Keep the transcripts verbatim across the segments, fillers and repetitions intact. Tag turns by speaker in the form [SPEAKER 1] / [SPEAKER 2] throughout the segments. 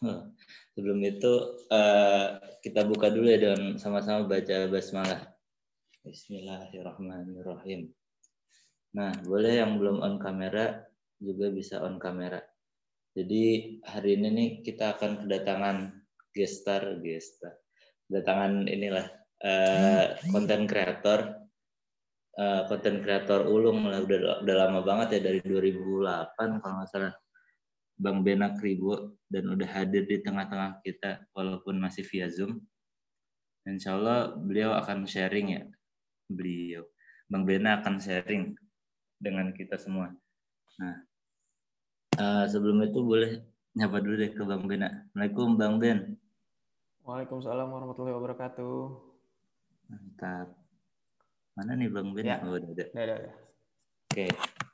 [SPEAKER 1] Sebelum itu uh, kita buka dulu ya dengan sama-sama baca basmalah. Bismillahirrahmanirrahim. Nah, boleh yang belum on kamera juga bisa on kamera. Jadi hari ini nih kita akan kedatangan gestar, gestar. Kedatangan inilah konten uh, kreator, konten uh, kreator ulung lah, udah udah lama banget ya, dari dua ribu delapan kalau nggak salah. Bang Bena Kribo, dan udah hadir di tengah-tengah kita walaupun masih via Zoom. Insya Allah beliau akan sharing ya. Beliau, Bang Bena akan sharing dengan kita semua. Nah, uh, sebelum itu boleh nyapa dulu deh ke Bang Bena. Assalamualaikum Bang Ben.
[SPEAKER 2] Waalaikumsalam warahmatullahi wabarakatuh.
[SPEAKER 1] Mantap. Mana nih Bang Ben?
[SPEAKER 2] Ya,
[SPEAKER 1] oh, udah ada.
[SPEAKER 2] Udah, udah.
[SPEAKER 1] Oke.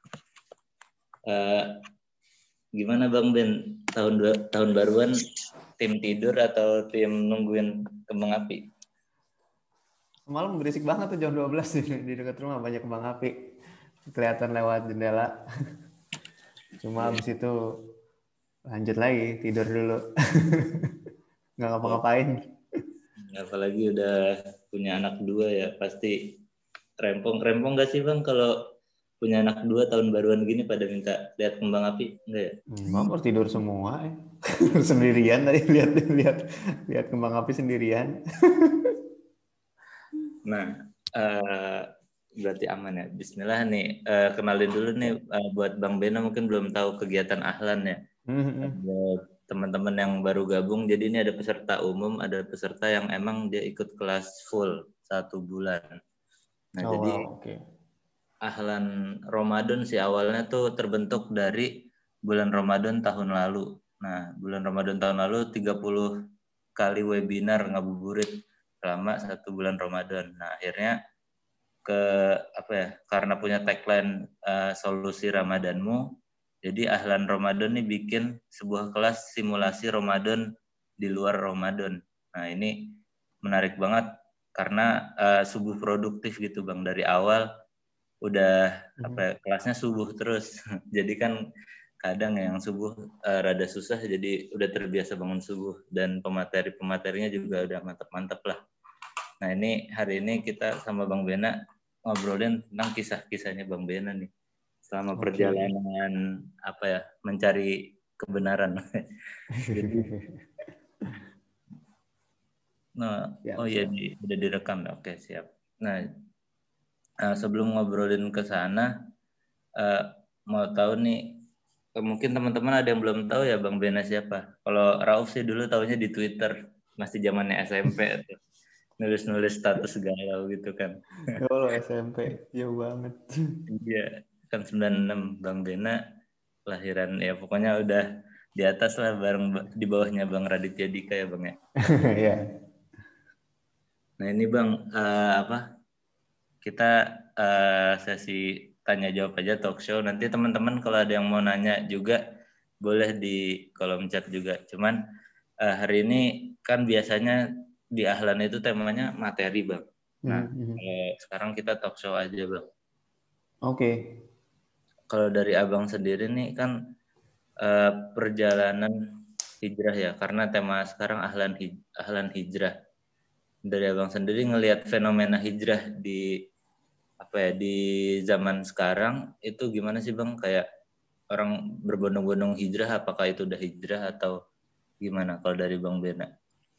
[SPEAKER 1] Uh, gimana Bang Ben? Tahun tahun baruan tim tidur atau tim nungguin kembang api?
[SPEAKER 2] Malam berisik banget tuh jam dua belas di, di dekat rumah, banyak kembang api kelihatan lewat jendela. Cuma habis itu lanjut lagi tidur dulu. Nggak ngapa-ngapain.
[SPEAKER 1] Apalagi udah punya anak dua ya, pasti rempong-rempong gak sih Bang kalau punya anak dua tahun baruan gini pada minta lihat kembang api? Enggak ya?
[SPEAKER 2] Enggak, harus tidur semua ya. Sendirian tadi lihat lihat lihat kembang api sendirian.
[SPEAKER 1] Nah, uh, berarti aman ya. Bismillah nih, uh, kenalin dulu nih uh, buat Bang Bena mungkin belum tahu kegiatan Ahlan ya.
[SPEAKER 2] Mm-hmm.
[SPEAKER 1] Buat teman-teman yang baru gabung, jadi ini ada peserta umum, ada peserta yang emang dia ikut kelas full satu bulan. Nah,
[SPEAKER 2] oh,
[SPEAKER 1] jadi
[SPEAKER 2] wow, okay.
[SPEAKER 1] Ahlan Ramadan sih awalnya tuh terbentuk dari bulan Ramadan tahun lalu. Nah, bulan Ramadan tahun lalu tiga puluh kali webinar ngabuburit selama satu bulan Ramadan. Nah, akhirnya ke apa ya? Karena punya tagline uh, solusi Ramadanmu, jadi Ahlan Ramadan nih bikin sebuah kelas simulasi Ramadan di luar Ramadan. Nah, ini menarik banget karena uh, subuh produktif gitu Bang, dari awal udah apa ya, kelasnya subuh terus. Jadi kan kadang yang subuh uh, rada susah, jadi udah terbiasa bangun subuh, dan pemateri-pematerinya juga udah mantap-mantap lah. Nah, ini hari ini kita sama Bang Bena ngobrolin tentang kisah-kisahnya Bang Bena nih selama okay. perjalanan apa ya, mencari kebenaran. Jadi nah, siap, oh iya di, udah direkam ya. Oke, siap. Nah, uh, sebelum ngobrolin ke sana, uh, mau tahu nih, mungkin teman-teman ada yang belum tahu ya Bang Bena siapa. Kalau Rauf sih dulu tahunya di Twitter, masih zamannya S M P tuh. Nulis-nulis status galau gitu kan.
[SPEAKER 2] Kalau S M P jauh banget.
[SPEAKER 1] Iya, kan sembilan puluh enam Bang Bena kelahiran ya pokoknya udah di atas lah, bareng di bawahnya Bang Raditya Dika ya Bang ya.
[SPEAKER 2] Iya.
[SPEAKER 1] Nah ini Bang, uh, apa kita uh, sesi tanya jawab aja, talk show. Nanti teman-teman kalau ada yang mau nanya juga boleh di kolom chat juga. Cuman uh, hari ini kan biasanya di Ahlan itu temanya materi Bang. Nah mm-hmm. kalau sekarang kita talk show aja Bang.
[SPEAKER 2] Oke. Okay.
[SPEAKER 1] Kalau dari Abang sendiri nih kan uh, perjalanan hijrah ya, karena tema sekarang Ahlan hij- Ahlan hijrah. Dari Abang sendiri ngelihat fenomena hijrah di apa ya di zaman sekarang itu gimana sih Bang? Kayak orang berbondong-bondong hijrah, apakah itu udah hijrah atau gimana kalau dari Bang Bena?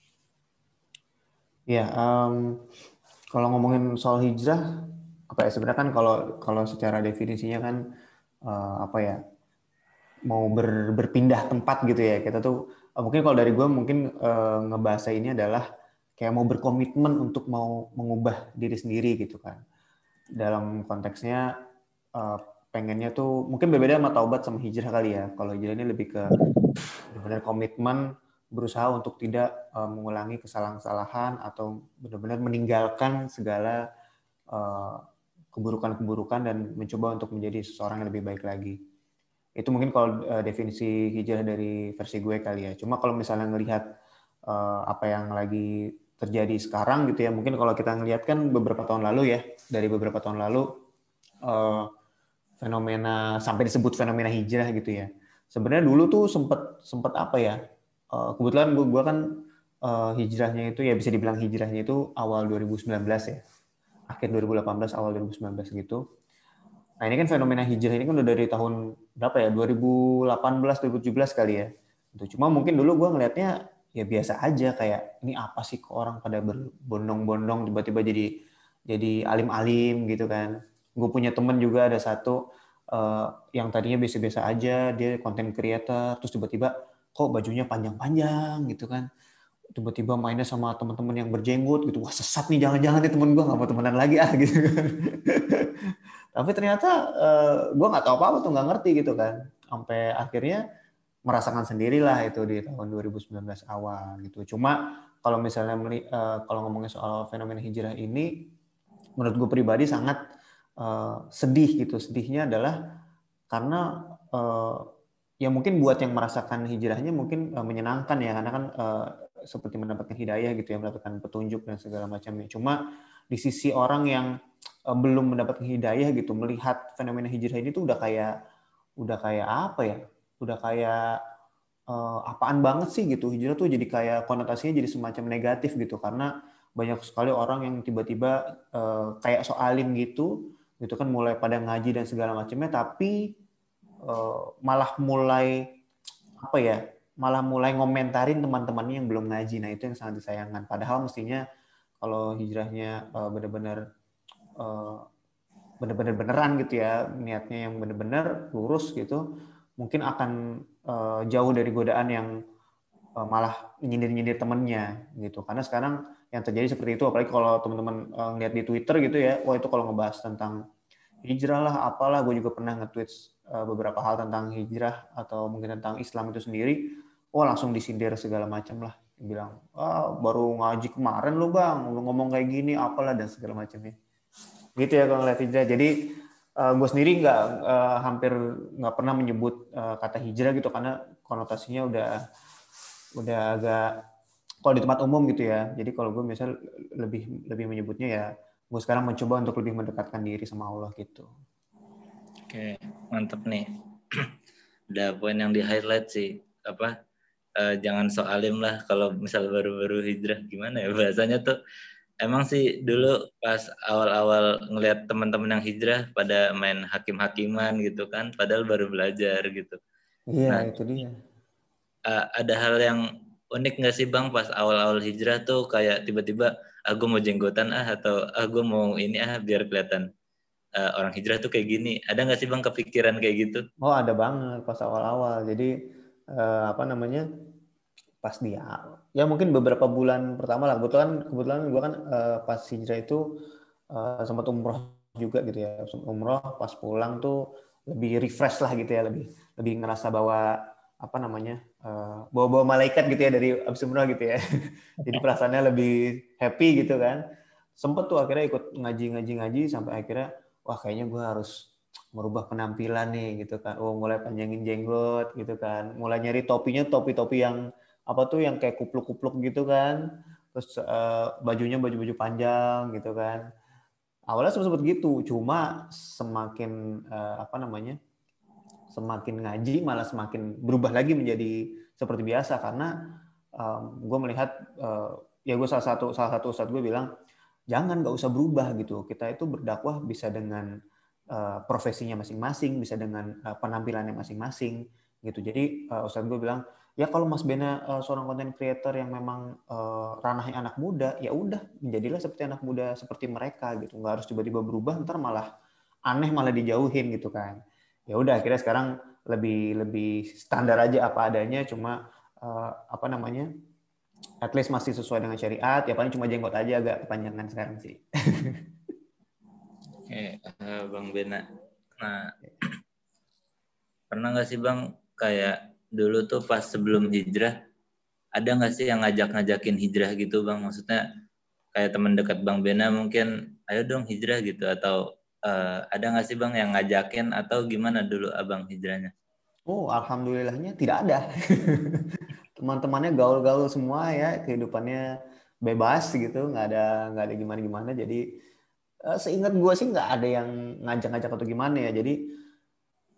[SPEAKER 2] Ya, um, kalau ngomongin soal hijrah, apa ya sebenarnya kan kalau kalau secara definisinya kan uh, apa ya mau ber, berpindah tempat gitu ya, kita tuh uh, mungkin kalau dari gue mungkin uh, ngebahasa ini adalah kayak mau berkomitmen untuk mau mengubah diri sendiri gitu kan. Dalam konteksnya uh, pengennya tuh mungkin berbeda sama taubat sama hijrah kali ya. Kalau hijrah ini lebih ke benar-benar komitmen berusaha untuk tidak uh, mengulangi kesalahan-kesalahan atau benar-benar meninggalkan segala uh, keburukan-keburukan dan mencoba untuk menjadi seseorang yang lebih baik lagi. Itu mungkin kalau uh, definisi hijrah dari versi gue kali ya. Cuma kalau misalnya ngelihat uh, apa yang lagi terjadi sekarang gitu ya, mungkin kalau kita ngelihat kan beberapa tahun lalu ya, dari beberapa tahun lalu uh, fenomena sampai disebut fenomena hijrah gitu ya. Sebenarnya dulu tuh sempat sempat apa ya? uh, kebetulan gue gue kan uh, hijrahnya itu ya bisa dibilang hijrahnya itu awal dua ribu sembilan belas ya, akhir dua ribu delapan belas awal dua ribu sembilan belas gitu. Nah ini kan fenomena hijrah ini kan udah dari tahun berapa ya, dua ribu delapan belas dua ribu tujuh belas kali ya. Itu cuma mungkin dulu gue ngelihatnya ya biasa aja, kayak ini apa sih kok orang pada berbondong-bondong tiba-tiba jadi jadi alim-alim gitu kan. Gue punya temen juga ada satu uh, yang tadinya biasa-biasa aja, dia content creator, terus tiba-tiba kok bajunya panjang-panjang gitu kan. Tiba-tiba mainnya sama teman-teman yang berjenggot gitu. Wah sesat nih, jangan-jangan nih temen gue nggak mau temenan lagi ah gitu kan. Tapi ternyata uh, gue nggak tahu apa-apa tuh, nggak ngerti gitu kan. Sampai akhirnya merasakan sendirilah itu di tahun dua ribu sembilan belas awal gitu. Cuma kalau misalnya uh, kalau ngomongin soal fenomena hijrah ini, menurut gue pribadi sangat uh, sedih gitu. Sedihnya adalah karena uh, ya mungkin buat yang merasakan hijrahnya mungkin uh, menyenangkan ya, karena kan uh, seperti mendapatkan hidayah gitu ya, mendapatkan petunjuk dan segala macamnya. Cuma di sisi orang yang uh, belum mendapatkan hidayah gitu, melihat fenomena hijrah ini tuh udah kayak udah kayak apa ya? Udah kayak uh, apaan banget sih gitu. Hijrah tuh jadi kayak konotasinya jadi semacam negatif gitu, karena banyak sekali orang yang tiba-tiba uh, kayak soalim gitu, gitu kan, mulai pada ngaji dan segala macamnya, tapi uh, malah mulai apa ya, malah mulai ngomentarin teman-temannya yang belum ngaji. Nah itu yang sangat disayangkan. Padahal mestinya kalau hijrahnya uh, benar-benar uh, benar-benar beneran gitu ya, niatnya yang benar-benar lurus gitu, mungkin akan uh, jauh dari godaan yang uh, malah nyindir-nyindir temennya gitu. Karena sekarang yang terjadi seperti itu, apalagi kalau teman-teman uh, ngeliat di Twitter gitu ya, wah itu kalau ngebahas tentang hijrah lah, apalah, gue juga pernah nge-tweet uh, beberapa hal tentang hijrah atau mungkin tentang Islam itu sendiri, wah langsung disindir segala macam lah, bilang, ah baru ngaji kemarin lu bang, lu ngomong kayak gini, apalah dan segala macamnya. Gitu ya kalau ngeliat hijrah. Jadi uh, gue sendiri nggak uh, hampir nggak pernah menyebut uh, kata hijrah gitu, karena konotasinya udah udah agak, kalau di tempat umum gitu ya. Jadi kalau gue misal lebih lebih menyebutnya ya, gue sekarang mencoba untuk lebih mendekatkan diri sama Allah gitu.
[SPEAKER 1] Oke, mantep nih. Ada poin yang di highlight sih, apa uh, jangan so alim lah kalau misal baru-baru hijrah. Gimana ya bahasanya tuh, emang sih dulu pas awal-awal ngelihat teman-teman yang hijrah pada main hakim-hakiman gitu kan, padahal baru belajar gitu.
[SPEAKER 2] Iya,
[SPEAKER 1] Nah
[SPEAKER 2] itu dia.
[SPEAKER 1] Uh, ada hal yang unik nggak sih bang pas awal-awal hijrah tuh, kayak tiba-tiba aku ah, mau jenggotan ah, atau aku ah, mau ini ah biar kelihatan uh, orang hijrah tuh kayak gini. Ada nggak sih bang kepikiran kayak gitu?
[SPEAKER 2] Oh ada banget pas awal-awal. Jadi eh, apa namanya, pas dia ya mungkin beberapa bulan pertama lah, kebetulan kebetulan gue kan eh, pas hijrah itu eh, sempat umroh juga gitu ya, umroh pas pulang tuh lebih refresh lah gitu ya, lebih lebih ngerasa bawa apa namanya, uh, bawa-bawa malaikat gitu ya dari abis umroh gitu ya. Jadi perasaannya lebih happy gitu kan. Sempet tuh akhirnya ikut ngaji-ngaji-ngaji sampai akhirnya wah kayaknya gue harus merubah penampilan nih gitu kan. Oh mulai panjangin jenggot gitu kan. Mulai nyari topinya topi-topi yang apa tuh yang kayak kupluk-kupluk gitu kan. Terus uh, bajunya baju-baju panjang gitu kan. Awalnya sempat gitu, cuma semakin uh, apa namanya, semakin ngaji malah semakin berubah lagi menjadi seperti biasa, karena um, gue melihat uh, ya gue salah satu salah satu ustadz gue bilang jangan, nggak usah berubah gitu, kita itu berdakwah bisa dengan uh, profesinya masing-masing, bisa dengan uh, penampilannya masing-masing gitu. Jadi uh, ustadz gue bilang ya kalau Mas Bena uh, seorang content creator yang memang uh, ranahnya anak muda, ya udah menjadilah seperti anak muda seperti mereka gitu, nggak harus tiba-tiba berubah ntar malah aneh, malah dijauhin gitu kan. Ya udah akhirnya sekarang lebih lebih standar aja apa adanya, cuma uh, apa namanya, at least masih sesuai dengan syariat, ya paling cuma jenggot aja agak kepanjangan sekarang sih.
[SPEAKER 1] Oke, uh, bang Bena. Nah pernah nggak sih bang kayak dulu tuh pas sebelum hijrah, ada nggak sih yang ngajak-ngajakin hijrah gitu bang? Maksudnya kayak teman dekat bang Bena mungkin, ayo dong hijrah gitu, atau uh, ada nggak sih bang yang ngajakin, atau gimana dulu abang hijrahnya?
[SPEAKER 2] Oh alhamdulillahnya tidak ada. Teman-temannya gaul-gaul semua ya, kehidupannya bebas gitu, nggak ada nggak ada gimana-gimana. Jadi uh, seingat gue sih nggak ada yang ngajak-ngajak atau gimana ya. Jadi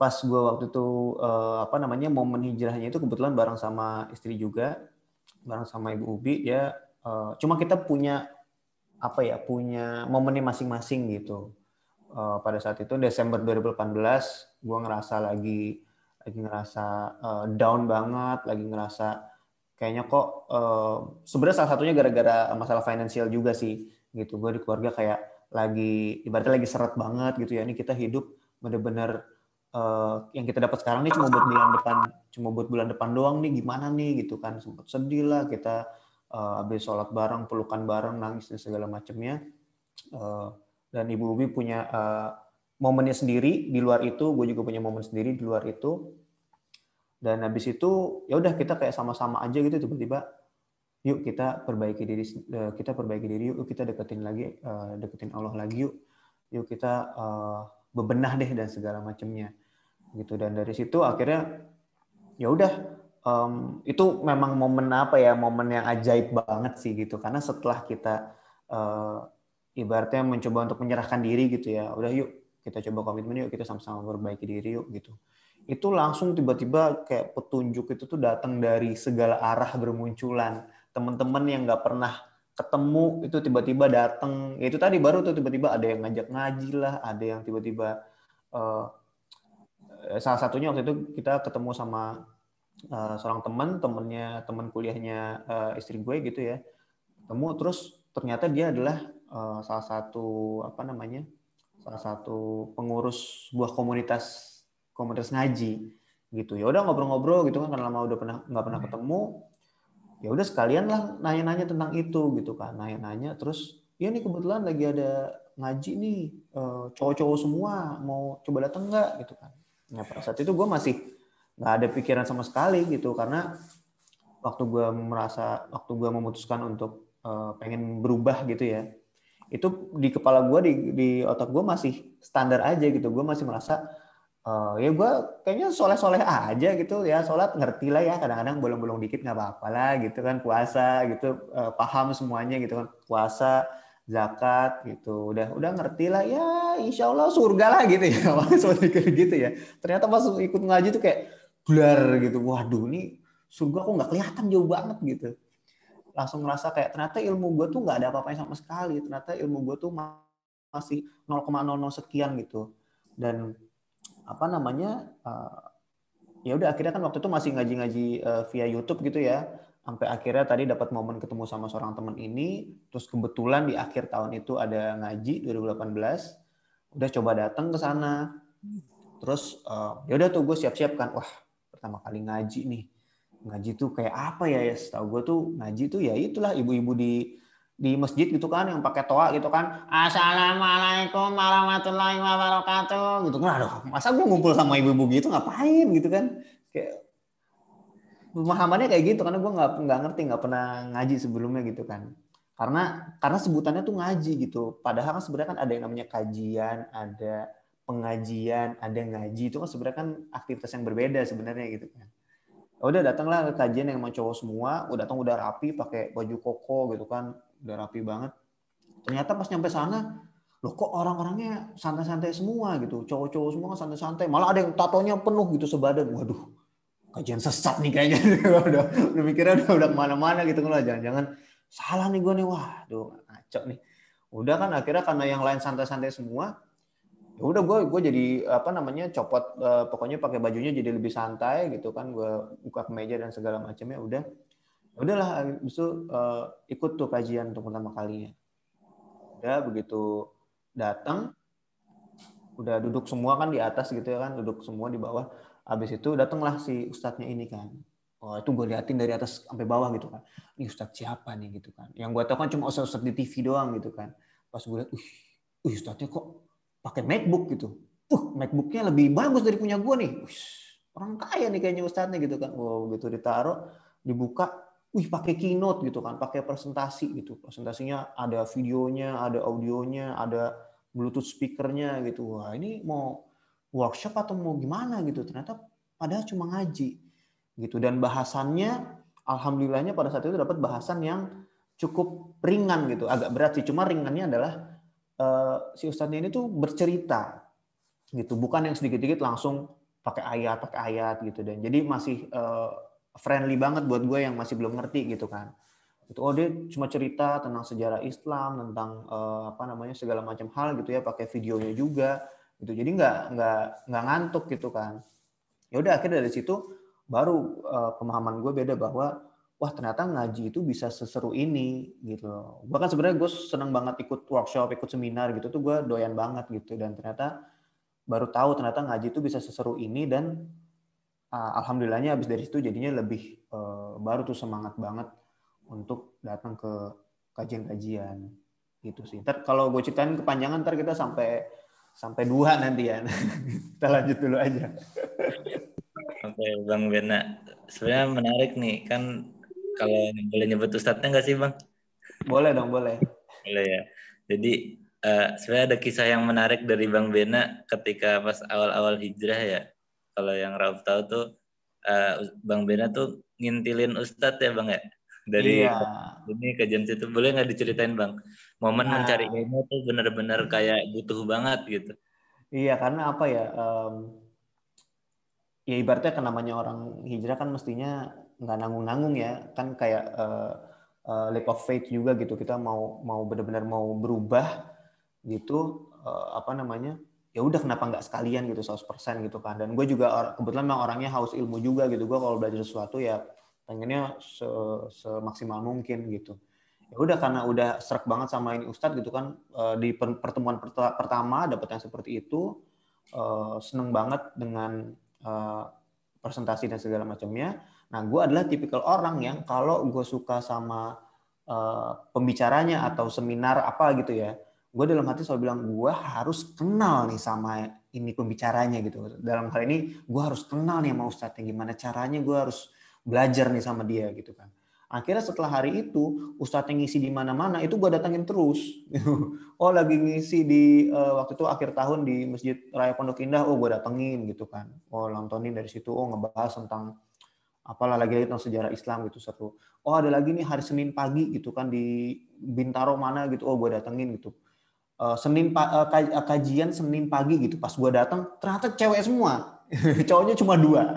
[SPEAKER 2] pas gue waktu itu uh, apa namanya momen hijrahnya itu kebetulan bareng sama istri juga, bareng sama Ibu Ubi ya. Uh, cuma kita punya apa ya punya momennya masing-masing gitu. Uh, pada saat itu Desember dua ribu delapan belas gue ngerasa lagi lagi ngerasa uh, down banget, lagi ngerasa kayaknya kok uh, sebenarnya salah satunya gara-gara masalah finansial juga sih gitu. Gue di keluarga kayak lagi ibaratnya lagi seret banget gitu ya. Ini kita hidup bener-bener uh, yang kita dapat sekarang nih cuma buat bulan depan, cuma buat bulan depan doang nih, gimana nih gitu kan. Sempet sedih lah kita uh, habis sholat bareng, pelukan bareng, nangis dan segala macamnya. Uh, dan Ibu Ubi punya uh, momennya sendiri di luar itu, gue juga punya momen sendiri di luar itu. Dan habis itu ya udah kita kayak sama-sama aja gitu tiba-tiba yuk kita perbaiki diri kita perbaiki diri yuk kita deketin lagi uh, deketin Allah lagi yuk yuk kita uh, bebenah deh dan segala macamnya gitu. Dan dari situ akhirnya ya udah um, itu memang momen apa ya momen yang ajaib banget sih gitu, karena setelah kita uh, ibaratnya mencoba untuk menyerahkan diri gitu ya, udah yuk kita coba komitmen yuk kita sama-sama perbaiki diri yuk gitu, itu langsung tiba-tiba kayak petunjuk itu tuh datang dari segala arah bermunculan. Teman-teman yang nggak pernah ketemu itu tiba-tiba datang. Ya itu tadi baru tuh tiba-tiba ada yang ngajak ngaji lah, ada yang tiba-tiba uh, salah satunya waktu itu kita ketemu sama uh, seorang teman, temennya teman kuliahnya uh, istri gue gitu ya. Ketemu terus ternyata dia adalah uh, salah satu apa namanya? salah satu pengurus sebuah komunitas komunitas ngaji gitu. Ya udah ngobrol-ngobrol gitu kan, karena lama udah pernah nggak pernah ketemu. Ya udah sekalian lah nanya-nanya tentang itu gitu kan, nanya-nanya terus ya nih kebetulan lagi ada ngaji nih cowok-cowok semua, mau coba datang nggak gitu kan. Nah pada saat itu gue masih nggak ada pikiran sama sekali gitu, karena waktu gue merasa waktu gue memutuskan untuk uh, pengen berubah gitu ya, itu di kepala gue di, di otak gue masih standar aja gitu. Gue masih merasa uh, ya gue kayaknya soleh-soleh aja gitu ya, sholat ngerti lah ya, kadang-kadang bolong-bolong dikit nggak apa-apa lah gitu kan, puasa gitu uh, paham semuanya gitu kan, puasa zakat gitu udah udah ngerti lah ya, insya Allah surga lah gitu ya. Seperti gitu ya. Ternyata pas ikut ngaji tuh kayak blar gitu, waduh ini surga kok nggak kelihatan, jauh banget gitu. Langsung ngerasa kayak ternyata ilmu gue tuh nggak ada apa-apanya sama sekali, ternyata ilmu gue tuh masih nol koma nol nol sekian gitu. Dan apa namanya uh, ya udah akhirnya kan waktu itu masih ngaji-ngaji uh, via YouTube gitu ya, sampai akhirnya tadi dapat momen ketemu sama seorang teman ini, terus kebetulan di akhir tahun itu ada ngaji dua ribu delapan belas, udah coba datang ke sana, terus uh, ya udah tuh gue siap-siap kan, wah pertama kali ngaji nih, ngaji tuh kayak apa ya ya, setahu gue tuh ngaji tuh ya itulah ibu-ibu di di masjid gitu kan, yang pakai toa gitu kan, assalamualaikum warahmatullahi wabarakatuh gitu kan. Aduh, masa gue ngumpul sama ibu-ibu gitu ngapain gitu kan, kayak pemahamannya kayak gitu, karena gue nggak nggak ngerti, nggak pernah ngaji sebelumnya gitu kan, karena karena sebutannya tuh ngaji gitu, padahal kan sebenarnya kan ada yang namanya kajian, ada pengajian, ada ngaji, itu kan sebenarnya kan aktivitas yang berbeda sebenarnya gitu kan. Udah datanglah ke kajian yang emang cowok semua, udah datang udah rapi pakai baju koko gitu kan, udah rapi banget. Ternyata pas nyampe sana, loh kok orang-orangnya santai-santai semua gitu, cowok-cowok semua santai-santai, malah ada yang tatonya penuh gitu sebadan. Waduh, kajian sesat nih kayaknya. udah udah mikirnya udah udah kemana-mana gitu kan, jangan-jangan salah nih gue nih, waduh ngaco nih. Udah kan akhirnya karena yang lain santai-santai semua, ya udah gue gue jadi apa namanya copot uh, pokoknya pakai bajunya jadi lebih santai gitu kan, gue buka kemeja dan segala macamnya, udah udahlah habis itu uh, ikut tuh kajian untuk pertama kalinya. Udah begitu datang udah duduk semua kan di atas gitu ya kan, duduk semua di bawah, habis itu datanglah si ustadznya ini kan. Oh itu gue liatin dari atas sampai bawah gitu kan, ini ustadz siapa nih gitu kan, yang gue tahu kan cuma ustadz-ustadz di T V doang gitu kan. Pas gue liat, wih, wih ustadznya kok pakai MacBook gitu. Uh, MacBooknya lebih bagus dari punya gue nih. Wih, orang kaya nih kayaknya ustadznya gitu kan. Oh, gitu ditaruh, dibuka, wih pakai keynote gitu kan, pakai presentasi gitu. Presentasinya ada videonya, ada audionya, ada Bluetooth speakernya gitu. Wah, ini mau workshop atau mau gimana gitu. Ternyata padahal cuma ngaji gitu. Dan bahasannya, alhamdulillahnya pada saat itu dapat bahasan yang cukup ringan gitu. Agak berat sih, cuma ringannya adalah Uh, si ustadznya ini tuh bercerita gitu, bukan yang sedikit-sedikit langsung pakai ayat, pakai ayat gitu. Dan jadi masih uh, friendly banget buat gue yang masih belum ngerti gitu kan. Itu oh dia cuma cerita tentang sejarah Islam, tentang uh, apa namanya segala macam hal gitu ya, pakai videonya juga gitu. Jadi nggak nggak nggak ngantuk gitu kan. Ya udah akhirnya dari situ baru uh, pemahaman gue beda bahwa wah ternyata ngaji itu bisa seseru ini gitu. Gue kan sebenarnya gue seneng banget ikut workshop, ikut seminar gitu tuh gue doyan banget gitu. Dan ternyata baru tahu ternyata ngaji itu bisa seseru ini dan uh, alhamdulillahnya abis dari situ jadinya lebih uh, baru tuh semangat banget untuk datang ke kajian-kajian gitu sih. Ntar kalau gue ceritain kepanjangan ntar kita sampai sampai dua nanti ya. Kita lanjut dulu aja.
[SPEAKER 1] Oke, Bang Bena. Sebenarnya menarik nih, kan kalau boleh nyebut ustadznya nggak sih, Bang?
[SPEAKER 2] Boleh dong, boleh.
[SPEAKER 1] Boleh ya. Jadi uh, sebenarnya ada kisah yang menarik dari Bang Bena ketika pas awal-awal hijrah ya. Kalau yang Rauf tahu tuh, uh, Bang Bena tuh ngintilin ustadz ya, Bang ya? Dari
[SPEAKER 2] Iya.
[SPEAKER 1] ini kajian situ. Boleh nggak diceritain, Bang? Momen mencari
[SPEAKER 2] Nah,
[SPEAKER 1] ilmu tuh bener-bener kayak butuh banget gitu.
[SPEAKER 2] iya karena apa ya? Um, ya ibaratnya kan namanya orang hijrah kan mestinya nggak nanggung-nanggung ya. Kan kayak uh, uh, leap of faith juga gitu. Kita mau mau benar-benar mau berubah gitu. Uh, apa namanya? Ya udah kenapa nggak sekalian gitu seratus persen gitu kan. Dan gue juga kebetulan memang orangnya haus ilmu juga gitu. Gue kalau belajar sesuatu ya pengennya se semaksimal mungkin gitu. Ya udah karena udah serak banget sama ini Ustadz gitu kan, di pertemuan pertama dapat yang seperti itu, seneng banget dengan presentasi dan segala macamnya. Nah gue adalah tipikal orang yang kalau gue suka sama pembicaranya atau seminar apa gitu ya, gue dalam hati selalu bilang gue harus kenal nih sama ini pembicaranya gitu. Dalam hal ini gue harus kenal nih sama Ustadznya, gimana caranya gue harus belajar nih sama dia gitu kan. Akhirnya setelah hari itu Ustadz yang ngisi di mana-mana itu gue datangin terus. Oh lagi ngisi di uh, waktu itu akhir tahun di Masjid Raya Pondok Indah, oh gue datengin gitu kan. Oh nontonin dari situ, oh ngebahas tentang apalah lagi-lagi tentang sejarah Islam gitu seru. Oh ada lagi nih hari Senin pagi gitu kan di Bintaro mana gitu, oh gue datengin gitu. Uh, Senin uh, kajian Senin pagi gitu, pas gue datang ternyata cewek semua, cowoknya cuma dua.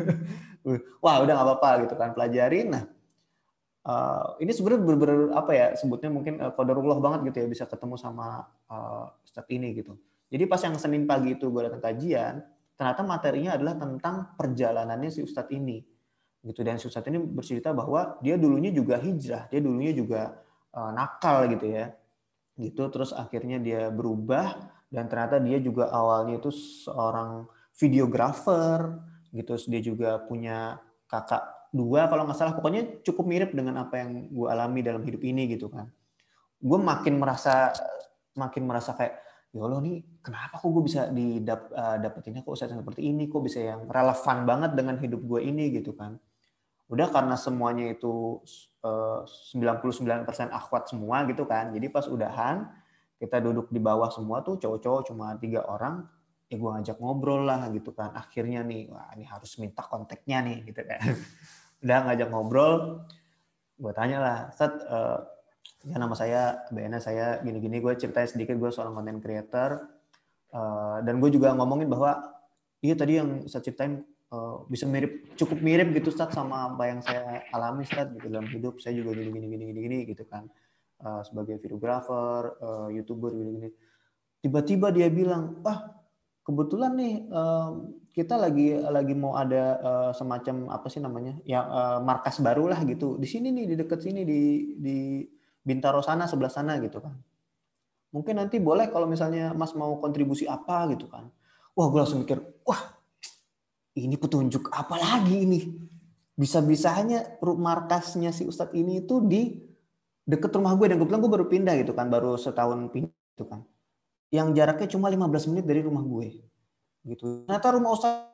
[SPEAKER 2] Wah udah nggak apa-apa gitu kan, pelajarin. Nah Uh, ini sebenarnya benar-benar apa ya sebutnya mungkin uh, qadarullah banget gitu ya bisa ketemu sama uh, Ustadz ini gitu. Jadi pas yang Senin pagi itu gue datang kajian, ternyata materinya adalah tentang perjalanannya si Ustadz ini gitu. Dan si Ustadz ini bercerita bahwa dia dulunya juga hijrah, dia dulunya juga uh, nakal gitu ya. Gitu terus akhirnya dia berubah dan ternyata dia juga awalnya itu seorang videografer gitu. Dia juga punya kakak dua kalau nggak salah, pokoknya cukup mirip dengan apa yang gue alami dalam hidup ini gitu kan. Gue makin merasa makin merasa kayak ya Allah nih kenapa kok gue bisa didap, uh, dapetinnya kok Ustadz seperti ini, kok bisa yang relevan banget dengan hidup gue ini gitu kan. Udah karena semuanya itu uh, sembilan puluh sembilan persen akhwat semua gitu kan, jadi pas udahan kita duduk di bawah semua tuh cowok-cowok cuma tiga orang, ya gue ngajak ngobrol lah gitu kan. Akhirnya nih wah ini harus minta kontaknya nih gitu kan. Udah ngajak ngobrol, gue tanya lah, Ustaz, uh, ya nama saya Bena, saya gini-gini, gue ceritain sedikit gue seorang content creator, uh, dan gue juga ngomongin bahwa iya tadi yang Ustaz ceritain uh, bisa mirip, cukup mirip gitu Ustaz sama apa yang saya alami Ustaz gitu dalam hidup, saya juga gini-gini gini-gini gitu kan, uh, sebagai videographer, uh, youtuber gini-gini. Tiba-tiba dia bilang, ah kebetulan nih um, kita lagi lagi mau ada uh, semacam apa sih namanya ya uh, markas baru lah gitu di sini nih di dekat sini di di Bintaro sana sebelah sana gitu kan. Mungkin nanti boleh kalau misalnya Mas mau kontribusi apa gitu kan. Wah gue langsung mikir, wah ini petunjuk apa lagi ini? Bisa-bisanya markasnya si Ustadz ini itu di deket rumah gue dan kebetulan gue baru pindah gitu kan, baru setahun pindah gitu kan. Yang jaraknya cuma lima belas menit dari rumah gue gitu. Ternyata rumah Ustadz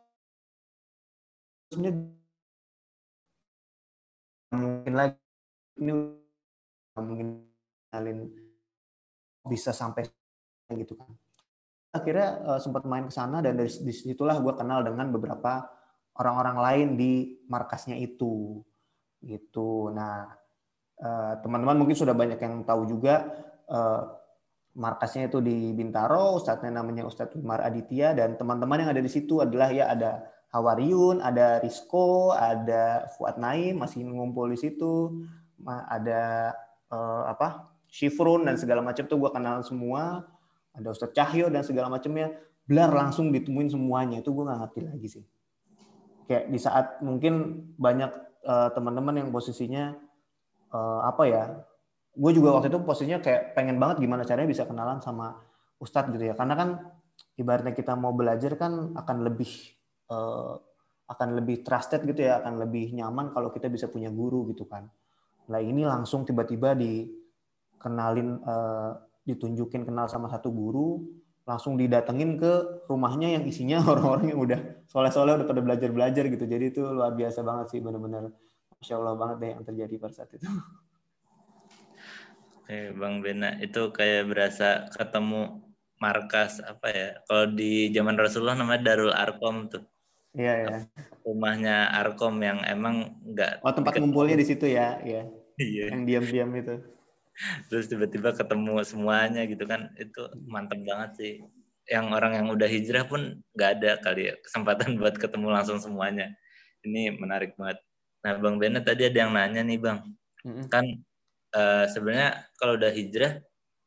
[SPEAKER 2] menit mungkin lagi ini mungkin bisa sampai gitu kan. Akhirnya uh, sempat main ke sana dan dari disitulah gue kenal dengan beberapa orang-orang lain di markasnya itu gitu. Nah uh, teman-teman mungkin sudah banyak yang tahu juga uh, markasnya itu di Bintaro, ustadznya namanya Ustadz Umar Aditya, dan teman-teman yang ada di situ adalah ya ada Hawariun, ada Rizko, ada Fuad Naim masih ngumpul di situ, ada uh, apa Shifrun dan segala macam tuh gue kenal semua, ada Ustadz Cahyo dan segala macamnya, belar langsung ditemuin semuanya, itu gue nggak ngerti lagi sih. Kayak di saat mungkin banyak uh, teman-teman yang posisinya uh, apa ya, gue juga waktu itu posisinya kayak pengen banget gimana caranya bisa kenalan sama Ustadz gitu ya, karena kan ibaratnya kita mau belajar kan akan lebih uh, akan lebih trusted gitu ya, akan lebih nyaman kalau kita bisa punya guru gitu kan. Nah ini langsung tiba-tiba dikenalin, uh, ditunjukin kenal sama satu guru, langsung didatengin ke rumahnya yang isinya orang-orang yang udah soleh-soleh udah pada belajar-belajar gitu. Jadi itu luar biasa banget sih, benar-benar Masya Allah banget deh yang terjadi pada saat itu.
[SPEAKER 1] Oke, Bang Bena, itu kayak berasa ketemu markas apa ya? Kalau di zaman Rasulullah namanya Darul Arkom tuh.
[SPEAKER 2] Iya ya.
[SPEAKER 1] Rumahnya Arkom yang emang nggak
[SPEAKER 2] Oh tempat ngumpulnya di situ ya, ya.
[SPEAKER 1] Iya.
[SPEAKER 2] Yang diam-diam itu.
[SPEAKER 1] Terus tiba-tiba ketemu semuanya gitu kan, itu mantep banget sih. Yang orang yang udah hijrah pun nggak ada kali ya kesempatan buat ketemu langsung semuanya. Ini menarik banget. Nah, Bang Bena tadi ada yang nanya nih, Bang. Mm-hmm. Kan uh, sebenarnya kalau udah hijrah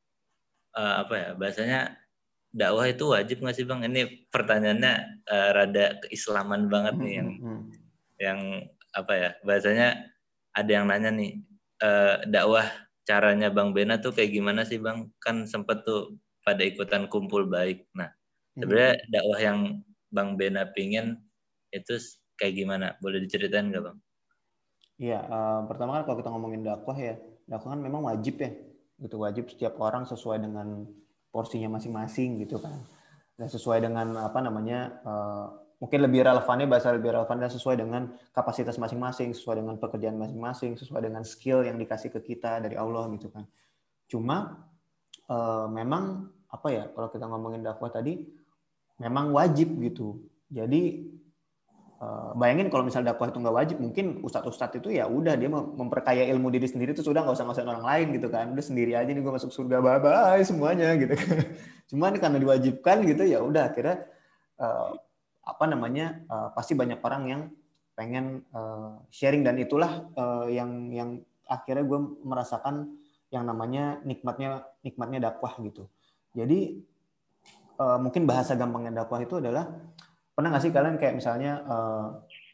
[SPEAKER 1] uh, apa ya bahasanya dakwah itu wajib nggak sih, Bang? Ini pertanyaannya uh, rada keislaman banget nih, yang mm-hmm. yang apa ya bahasanya ada yang nanya nih, uh, dakwah caranya Bang Bena tuh kayak gimana sih, Bang? Kan sempet tuh pada ikutan kumpul baik. Nah, sebenarnya mm-hmm. dakwah yang Bang Bena pingin itu kayak gimana? Boleh diceritain nggak, Bang?
[SPEAKER 2] Iya, uh, pertama kan kalau kita ngomongin dakwah ya, dakwah kan memang wajib ya, gitu wajib setiap orang sesuai dengan porsinya masing-masing gitu kan, dan sesuai dengan apa namanya, uh, mungkin lebih relevannya bahasa lebih relevan dan sesuai dengan kapasitas masing-masing, sesuai dengan pekerjaan masing-masing, sesuai dengan skill yang dikasih ke kita dari Allah gitu kan. Cuma uh, memang apa ya, kalau kita ngomongin dakwah tadi, memang wajib gitu. Jadi Uh, bayangin kalau misalnya dakwah itu nggak wajib, mungkin ustadz-ustadz itu ya udah dia memperkaya ilmu diri sendiri itu sudah nggak usah ngasihin orang lain gitu kan, udah sendiri aja nih gue masuk surga bye bye semuanya gitu kan. Cuman karena diwajibkan gitu ya udah akhirnya uh, apa namanya uh, pasti banyak orang yang pengen uh, sharing, dan itulah uh, yang yang akhirnya gue merasakan yang namanya nikmatnya nikmatnya dakwah gitu. Jadi uh, mungkin bahasa gampangnya dakwah itu adalah, pernah nggak sih kalian kayak misalnya uh,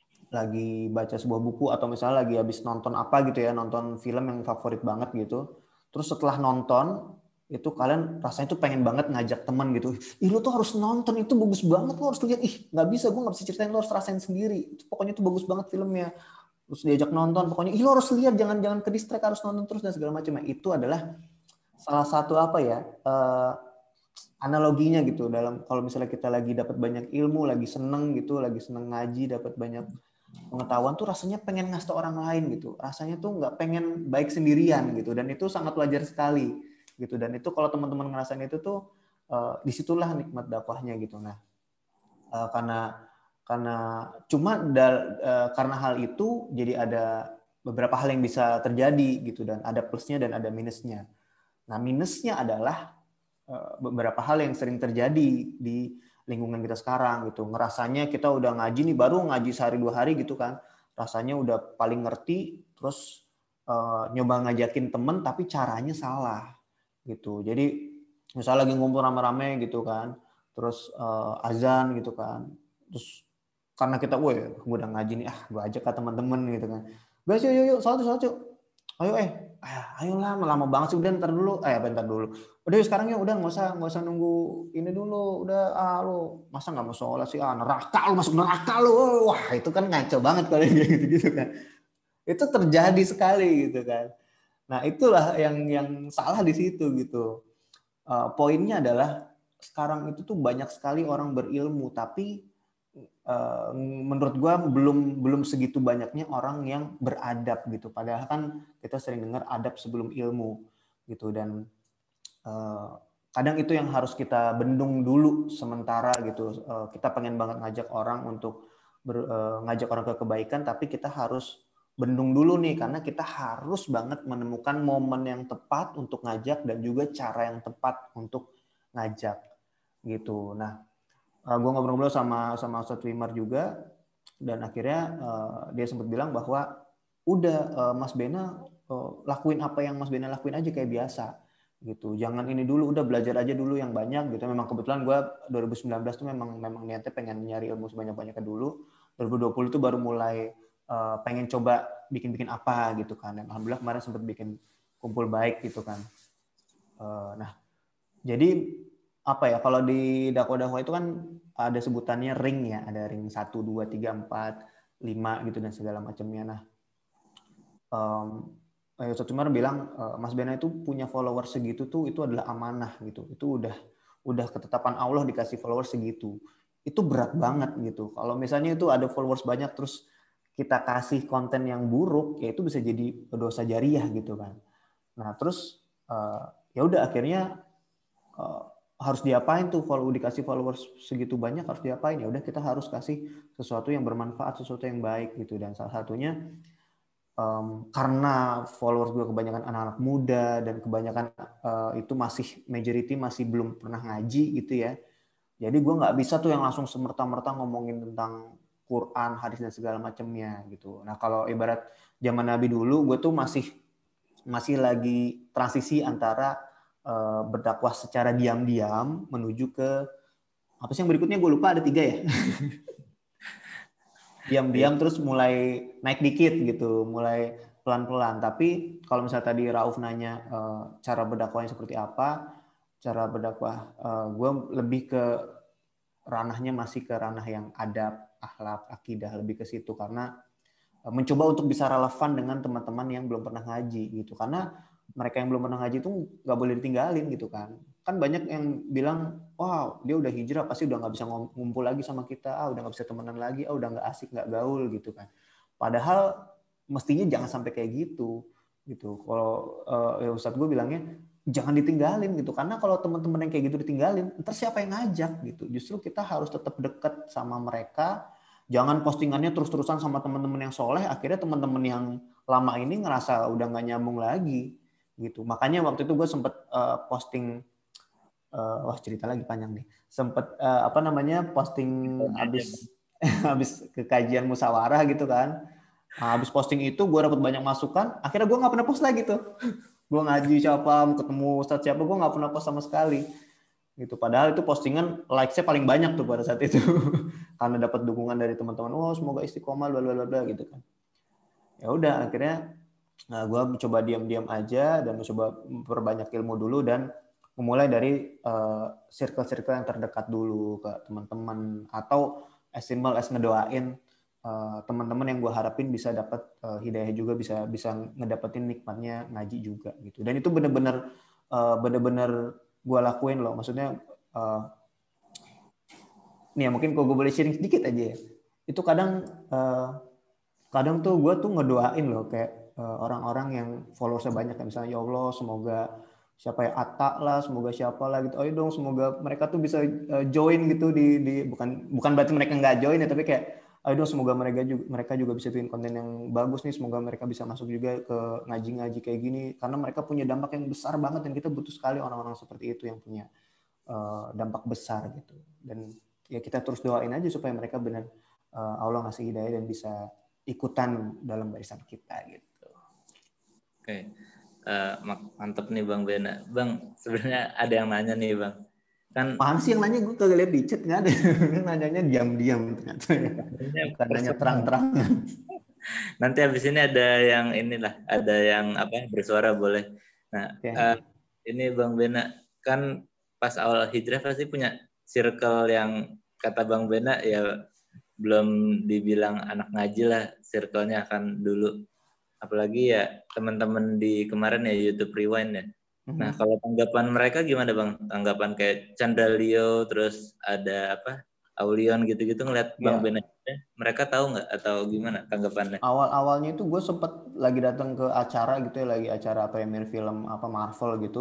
[SPEAKER 2] lagi baca sebuah buku atau misalnya lagi habis nonton apa gitu ya, nonton film yang favorit banget gitu, terus setelah nonton itu kalian rasanya tuh pengen banget ngajak teman gitu, ih lu tuh harus nonton, itu bagus banget, lu harus lihat, ih nggak bisa, gue nggak bisa ceritain, lu harus rasain sendiri, itu pokoknya itu bagus banget filmnya, terus diajak nonton, pokoknya ih lu harus lihat, jangan jangan ke distract, harus nonton terus dan segala macam. Itu adalah salah satu apa ya, uh, analoginya gitu, dalam kalau misalnya kita lagi dapat banyak ilmu, lagi seneng gitu, lagi seneng ngaji, dapat banyak pengetahuan tuh rasanya pengen ngasih orang lain gitu, rasanya tuh nggak pengen baik sendirian gitu, dan itu sangat wajar sekali gitu. Dan itu kalau teman-teman ngerasain itu tuh uh, disitulah nikmat dakwahnya gitu. Nah uh, karena karena cuma dal, uh, karena hal itu jadi ada beberapa hal yang bisa terjadi gitu, dan ada plusnya dan ada minusnya. Nah minusnya adalah beberapa hal yang sering terjadi di lingkungan kita sekarang gitu. Ngerasanya kita udah ngaji nih, baru ngaji sehari dua hari gitu kan, rasanya udah paling ngerti, terus uh, nyoba ngajakin temen tapi caranya salah gitu. Jadi misalnya lagi ngumpul rame-rame gitu kan, terus uh, azan gitu kan, terus karena kita, woi gue udah ngaji nih, ah gue ajak ke teman-teman gitu kan, guys yuk yuk yuk salat salat yuk, ayo eh ayolah lama banget sih, udah ntar dulu, eh bentar dulu, udah yuk sekarang yuk, udah nggak usah nggak usah nunggu ini dulu, udah ah lu masa nggak mau sholat sih, ah neraka lu, masuk neraka lu, wah itu kan ngaco banget kalau gitu gitu kan, itu terjadi sekali gitu kan. Nah itulah yang yang salah di situ gitu. Uh, poinnya adalah sekarang itu tuh banyak sekali orang berilmu, tapi uh, menurut gua belum belum segitu banyaknya orang yang beradab gitu. Padahal kan kita sering dengar adab sebelum ilmu gitu, dan uh, kadang itu yang harus kita bendung dulu sementara gitu. Uh, kita pengen banget ngajak orang untuk ber, uh, ngajak orang ke kebaikan, tapi kita harus bendung dulu nih, karena kita harus banget menemukan momen yang tepat untuk ngajak dan juga cara yang tepat untuk ngajak gitu. Nah, gue ngobrol-ngobrol sama sama Ustadz Wimar juga, dan akhirnya uh, dia sempat bilang bahwa udah uh, Mas Bena uh, lakuin apa yang Mas Bena lakuin aja kayak biasa gitu. Jangan ini dulu, udah belajar aja dulu yang banyak gitu. Memang kebetulan gue dua ribu sembilan belas tuh memang memang niatnya pengen nyari ilmu sebanyak-banyaknya dulu. dua ribu dua puluh tuh baru mulai uh, pengen coba bikin-bikin apa gitu kan. Dan alhamdulillah kemarin sempat bikin kumpul baik gitu kan. Uh, nah, jadi apa ya, kalau di dakwah-dakwah itu kan ada sebutannya ring ya, ada ring satu, dua, tiga, empat, lima gitu dan segala macamnya. Nah, um, Ustadz Umar bilang Mas Bena itu punya followers segitu tuh itu adalah amanah gitu. Itu udah udah ketetapan Allah dikasih followers segitu. Itu berat banget gitu. Kalau misalnya itu ada followers banyak terus kita kasih konten yang buruk, ya itu bisa jadi dosa jariah gitu kan. Nah, terus uh, ya udah akhirnya uh, harus diapain tuh, follow dikasih followers segitu banyak harus diapain? Ya udah kita harus kasih sesuatu yang bermanfaat, sesuatu yang baik gitu. Dan salah satunya um, karena followers gue kebanyakan anak-anak muda dan kebanyakan uh, itu masih majority masih belum pernah ngaji gitu ya. Jadi gue nggak bisa tuh yang langsung semerta-merta ngomongin tentang Quran, hadis dan segala macamnya gitu. Nah kalau ibarat zaman Nabi dulu, gue tuh masih masih lagi transisi antara Uh, berdakwah secara diam-diam menuju ke apa sih yang berikutnya, gue lupa, ada tiga ya. Diam-diam terus mulai naik dikit gitu, mulai pelan-pelan. Tapi kalau misalnya tadi Rauf nanya uh, cara berdakwahnya seperti apa, cara berdakwah uh, gue lebih ke ranahnya masih ke ranah yang adab, akhlak, akidah, lebih ke situ karena uh, mencoba untuk bisa relevan dengan teman-teman yang belum pernah ngaji gitu. Karena mereka yang belum pernah ngaji itu nggak boleh ditinggalin gitu kan. Kan banyak yang bilang, wah dia udah hijrah pasti udah nggak bisa ngumpul lagi sama kita, ah udah nggak bisa temenan lagi, ah udah nggak asik, nggak gaul gitu kan. Padahal mestinya jangan sampai kayak gitu gitu. Kalau uh, ya Ustadz gue bilangnya jangan ditinggalin gitu, karena kalau teman-teman yang kayak gitu ditinggalin, ntar siapa yang ngajak gitu. Justru kita harus tetap dekat sama mereka. Jangan postingannya terus-terusan sama teman-teman yang soleh, akhirnya teman-teman yang lama ini ngerasa udah nggak nyambung lagi gitu. Makanya waktu itu gue sempet uh, posting, uh, wah cerita lagi panjang nih, sempet uh, apa namanya posting habis habis ke kajian musyawarah gitu kan. Nah, habis posting itu gue dapet banyak masukan, akhirnya gue nggak pernah post lagi tuh. Gue ngaji siapa, ketemu ustadz siapa, gue nggak pernah post sama sekali gitu. Padahal itu postingan likes-nya paling banyak tuh pada saat itu karena dapat dukungan dari teman-teman, oh semoga istiqomah bla bla bla gitu kan. Ya udah akhirnya nah, gue coba diam-diam aja dan mencoba memperbanyak ilmu dulu dan memulai dari uh, circle-circle yang terdekat dulu ke teman-teman, atau as simple as ngedoain uh, teman-teman yang gue harapin bisa dapat uh, hidayah juga, bisa bisa ngedapetin nikmatnya ngaji juga gitu. Dan itu benar-benar uh, benar-benar gue lakuin loh, maksudnya uh, nih ya mungkin kalau gue boleh sharing sedikit aja ya, itu kadang uh, kadang tuh gue tuh ngedoain loh kayak orang-orang yang followersnya banyak, kayak misalnya ya Allah semoga siapa ya Atta lah, semoga siapa lah gitu, ayo dong semoga mereka tuh bisa join gitu di, di bukan bukan berarti mereka nggak join ya, tapi kayak ayo dong semoga mereka juga mereka juga bisa bikin konten yang bagus nih, semoga mereka bisa masuk juga ke ngaji-ngaji kayak gini, karena mereka punya dampak yang besar banget dan kita butuh sekali orang-orang seperti itu yang punya uh, dampak besar gitu. Dan ya kita terus doain aja supaya mereka benar uh, Allah ngasih hidayah dan bisa ikutan dalam barisan kita gitu.
[SPEAKER 1] Oke, uh, mantep nih Bang Bena. Bang, sebenarnya ada yang nanya nih Bang. Kan
[SPEAKER 2] mana sih yang nanya, gue kagak lihat di chat, nggak ada. Nanyanya diam-diam ternyata. Bukan nanya terang-terangan.
[SPEAKER 1] Nanti habis ini ada yang inilah, ada yang apa bersuara boleh. Nah, okay. uh, ini Bang Bena kan pas awal hijrah pasti punya circle yang kata Bang Bena ya belum dibilang anak ngaji lah circle-nya kan dulu. Apalagi ya teman-teman di kemarin ya YouTube Rewind ya. Mm-hmm. Nah kalau tanggapan mereka gimana Bang? Tanggapan kayak Chandalio terus ada apa Aulion gitu-gitu ngeliat Bang yeah. Bena, mereka tahu nggak atau gimana tanggapannya?
[SPEAKER 2] Awal-awalnya itu gue sempet lagi datang ke acara gitu ya, lagi acara premier film apa Marvel gitu.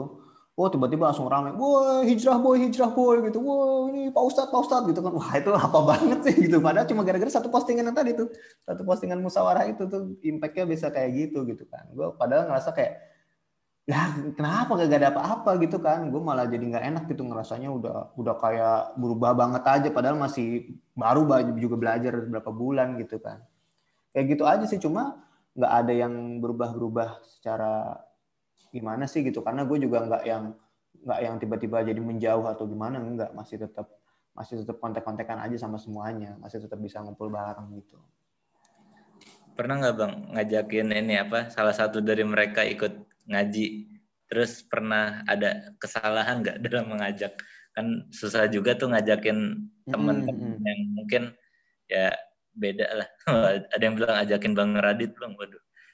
[SPEAKER 2] Oh tiba-tiba langsung rame, woi hijrah boy, hijrah boy gitu, woi ini Pak Ustadz, Pak Ustadz gitu kan, wah itu apa banget sih gitu, padahal cuma gara-gara satu postingan yang tadi tuh, satu postingan musyawarah itu tuh impact-nya bisa kayak gitu gitu kan, gue padahal ngerasa kayak, ya kenapa gak ada apa-apa gitu kan, gue malah jadi nggak enak gitu ngerasanya udah udah kayak berubah banget aja, padahal masih baru juga belajar beberapa bulan gitu kan, kayak gitu aja sih, cuma nggak ada yang berubah-berubah secara gimana sih gitu, karena gue juga nggak yang nggak yang tiba-tiba jadi menjauh atau gimana, nggak, masih tetap masih tetap kontak-kontakan aja sama semuanya, masih tetap bisa ngumpul bareng gitu.
[SPEAKER 1] Pernah nggak Bang ngajakin ini apa salah satu dari mereka ikut ngaji, terus pernah ada kesalahan nggak dalam mengajak? Kan susah juga tuh ngajakin teman-teman
[SPEAKER 2] Mm-hmm.
[SPEAKER 1] yang mungkin ya beda lah. Ada yang bilang ajakin Bang Radit, Bang, waduh.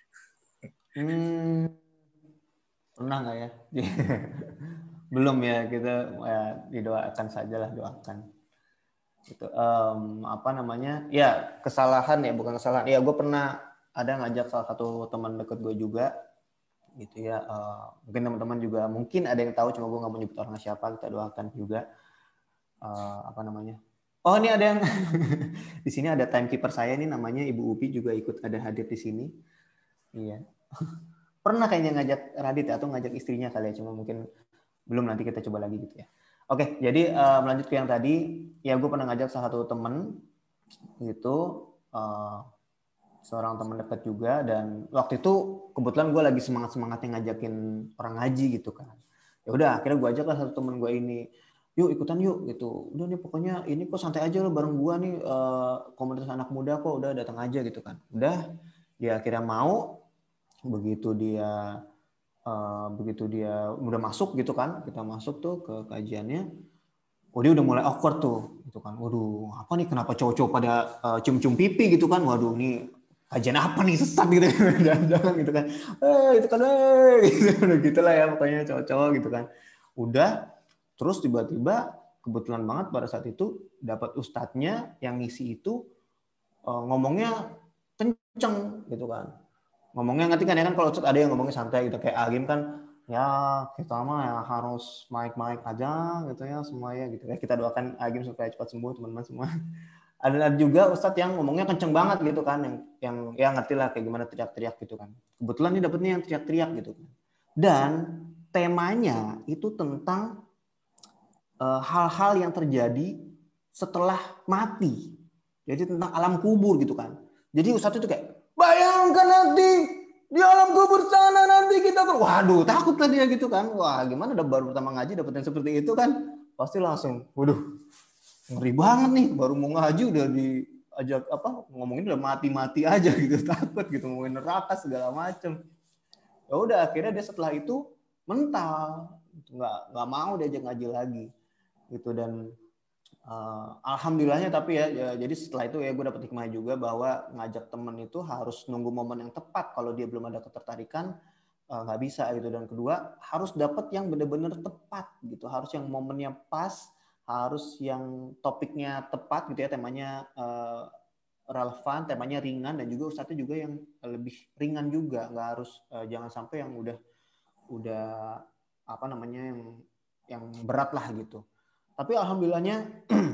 [SPEAKER 2] Hmm, pernah nggak ya? Belum ya, kita ya, didoakan sajalah, doakan. Gitu. Um, apa namanya? Ya kesalahan ya, bukan kesalahan. Ya gue pernah ada ngajak salah satu teman deket gue juga, gitu ya. Uh, mungkin teman-teman juga mungkin ada yang tahu, cuma gue nggak mau nyebut orangnya siapa. Kita doakan juga. Uh, apa namanya? Oh ini ada yang di sini ada timekeeper saya nih, namanya Ibu Upi juga ikut ada hadir di sini. Iya. Pernah kayaknya ngajak Radit atau ngajak istrinya kali ya, cuma mungkin belum, nanti kita coba lagi gitu ya. Oke, jadi uh, melanjut ke yang tadi, ya gue pernah ngajak salah satu temen gitu, uh, seorang teman dekat juga, dan waktu itu kebetulan gue lagi semangat semangatnya ngajakin orang ngaji gitu kan. Ya udah, akhirnya gue ajak lah satu temen gue ini, yuk ikutan yuk gitu. Udah nih pokoknya ini kok santai aja lo bareng gue nih, uh, komunitas anak muda kok, udah datang aja gitu kan. Udah, dia akhirnya mau. Begitu dia uh, begitu dia udah masuk gitu kan, kita masuk tuh ke kajiannya, oh dia udah mulai awkward tuh gitu kan, waduh apa nih, kenapa cowok-cowok pada uh, cium-cium pipi gitu kan, waduh nih kajian apa nih, sesat gitu jangan gitu kan, eh itu kan eh gitu gitulah ya pokoknya cowok-cowok gitu kan. Udah, terus tiba-tiba kebetulan banget pada saat itu dapat ustadznya yang ngisi itu, uh, ngomongnya kenceng gitu kan. Ngomongnya ngerti kan ya kan, kalau Ustadz ada yang ngomongnya santai gitu, kayak Agim kan ya kita mah ya harus maik-maik aja gitu ya semuanya gitu ya, kita doakan Agim supaya cepat sembuh teman-teman semua. Ada juga Ustadz yang ngomongnya kenceng banget gitu kan, yang yang ya ngerti lah kayak gimana teriak-teriak gitu kan. Kebetulan ini dapetnya yang teriak-teriak gitu kan, dan temanya itu tentang uh, hal-hal yang terjadi setelah mati, jadi tentang alam kubur gitu kan. Jadi Ustadz itu kayak, bayangkan nanti di alam kubur sana nanti kita tuh, waduh takut lah dia gitu kan. Wah gimana, udah baru pertama ngaji dapet yang seperti itu kan, pasti langsung, waduh ngeri banget nih, baru mau ngaji udah diajak apa ngomongin udah mati-mati aja gitu, takut gitu, ngomongin neraka segala macem. Ya udah akhirnya dia setelah itu mental, nggak nggak mau diajak ngaji lagi gitu. Dan Uh, alhamdulillahnya tapi ya, ya jadi setelah itu ya gue dapet hikmah juga bahwa ngajak temen itu harus nunggu momen yang tepat. Kalau dia belum ada ketertarikan nggak uh, bisa gitu. Dan kedua harus dapet yang benar-benar tepat gitu, harus yang momennya pas, harus yang topiknya tepat gitu ya, temanya uh, relevan, temanya ringan, dan juga ustadznya juga yang lebih ringan juga, nggak harus uh, jangan sampai yang udah udah apa namanya yang yang berat lah gitu. Tapi alhamdulillahnya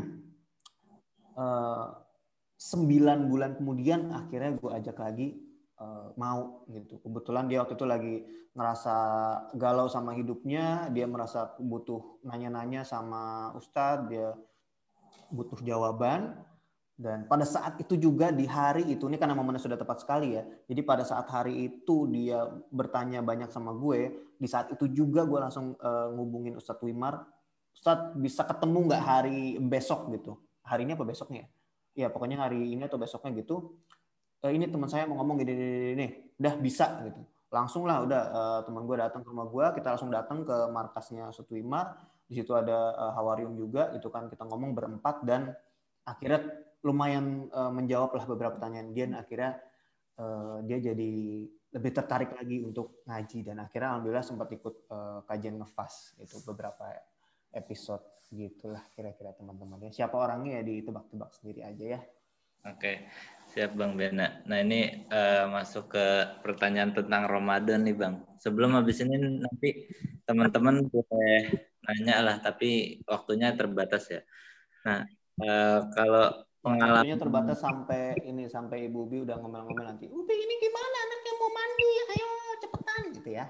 [SPEAKER 2] sembilan bulan kemudian akhirnya gue ajak lagi, uh, mau gitu. Kebetulan dia waktu itu lagi ngerasa galau sama hidupnya, dia merasa butuh nanya-nanya sama Ustadz, dia butuh jawaban. Dan pada saat itu juga di hari itu, ini karena momennya sudah tepat sekali ya, jadi pada saat hari itu dia bertanya banyak sama gue, di saat itu juga gue langsung uh, ngubungin Ustadz Wimar, Ustadz bisa ketemu nggak hari besok gitu, hari ini apa besoknya ya, pokoknya hari ini atau besoknya gitu, e, ini teman saya mau ngomong gini, gini, gini, udah bisa gitu, langsung lah udah uh, teman gue datang ke rumah gue, kita langsung datang ke markasnya Ustadz Wimar, di situ ada uh, Hawarium juga itu kan, kita ngomong berempat, dan akhirnya lumayan uh, menjawab lah beberapa pertanyaan dia, dan akhirnya uh, dia jadi lebih tertarik lagi untuk ngaji, dan akhirnya alhamdulillah sempat ikut uh, kajian ngefas itu beberapa episode gitulah kira-kira teman-teman ya. Siapa orangnya ya ditebak-tebak sendiri aja ya.
[SPEAKER 1] Oke, Siap Bang Bena. Nah ini uh, masuk ke pertanyaan tentang Ramadan nih Bang. Sebelum habis ini nanti teman-teman boleh nanya lah, tapi waktunya terbatas ya. Nah uh, kalau
[SPEAKER 2] Ya, waktunya
[SPEAKER 1] pengalaman,
[SPEAKER 2] terbatas sampai ini sampai Ibu Ubi udah ngomel-ngomel nanti. Ubi ini gimana anaknya mau mandi? Ayo cepetan gitu ya.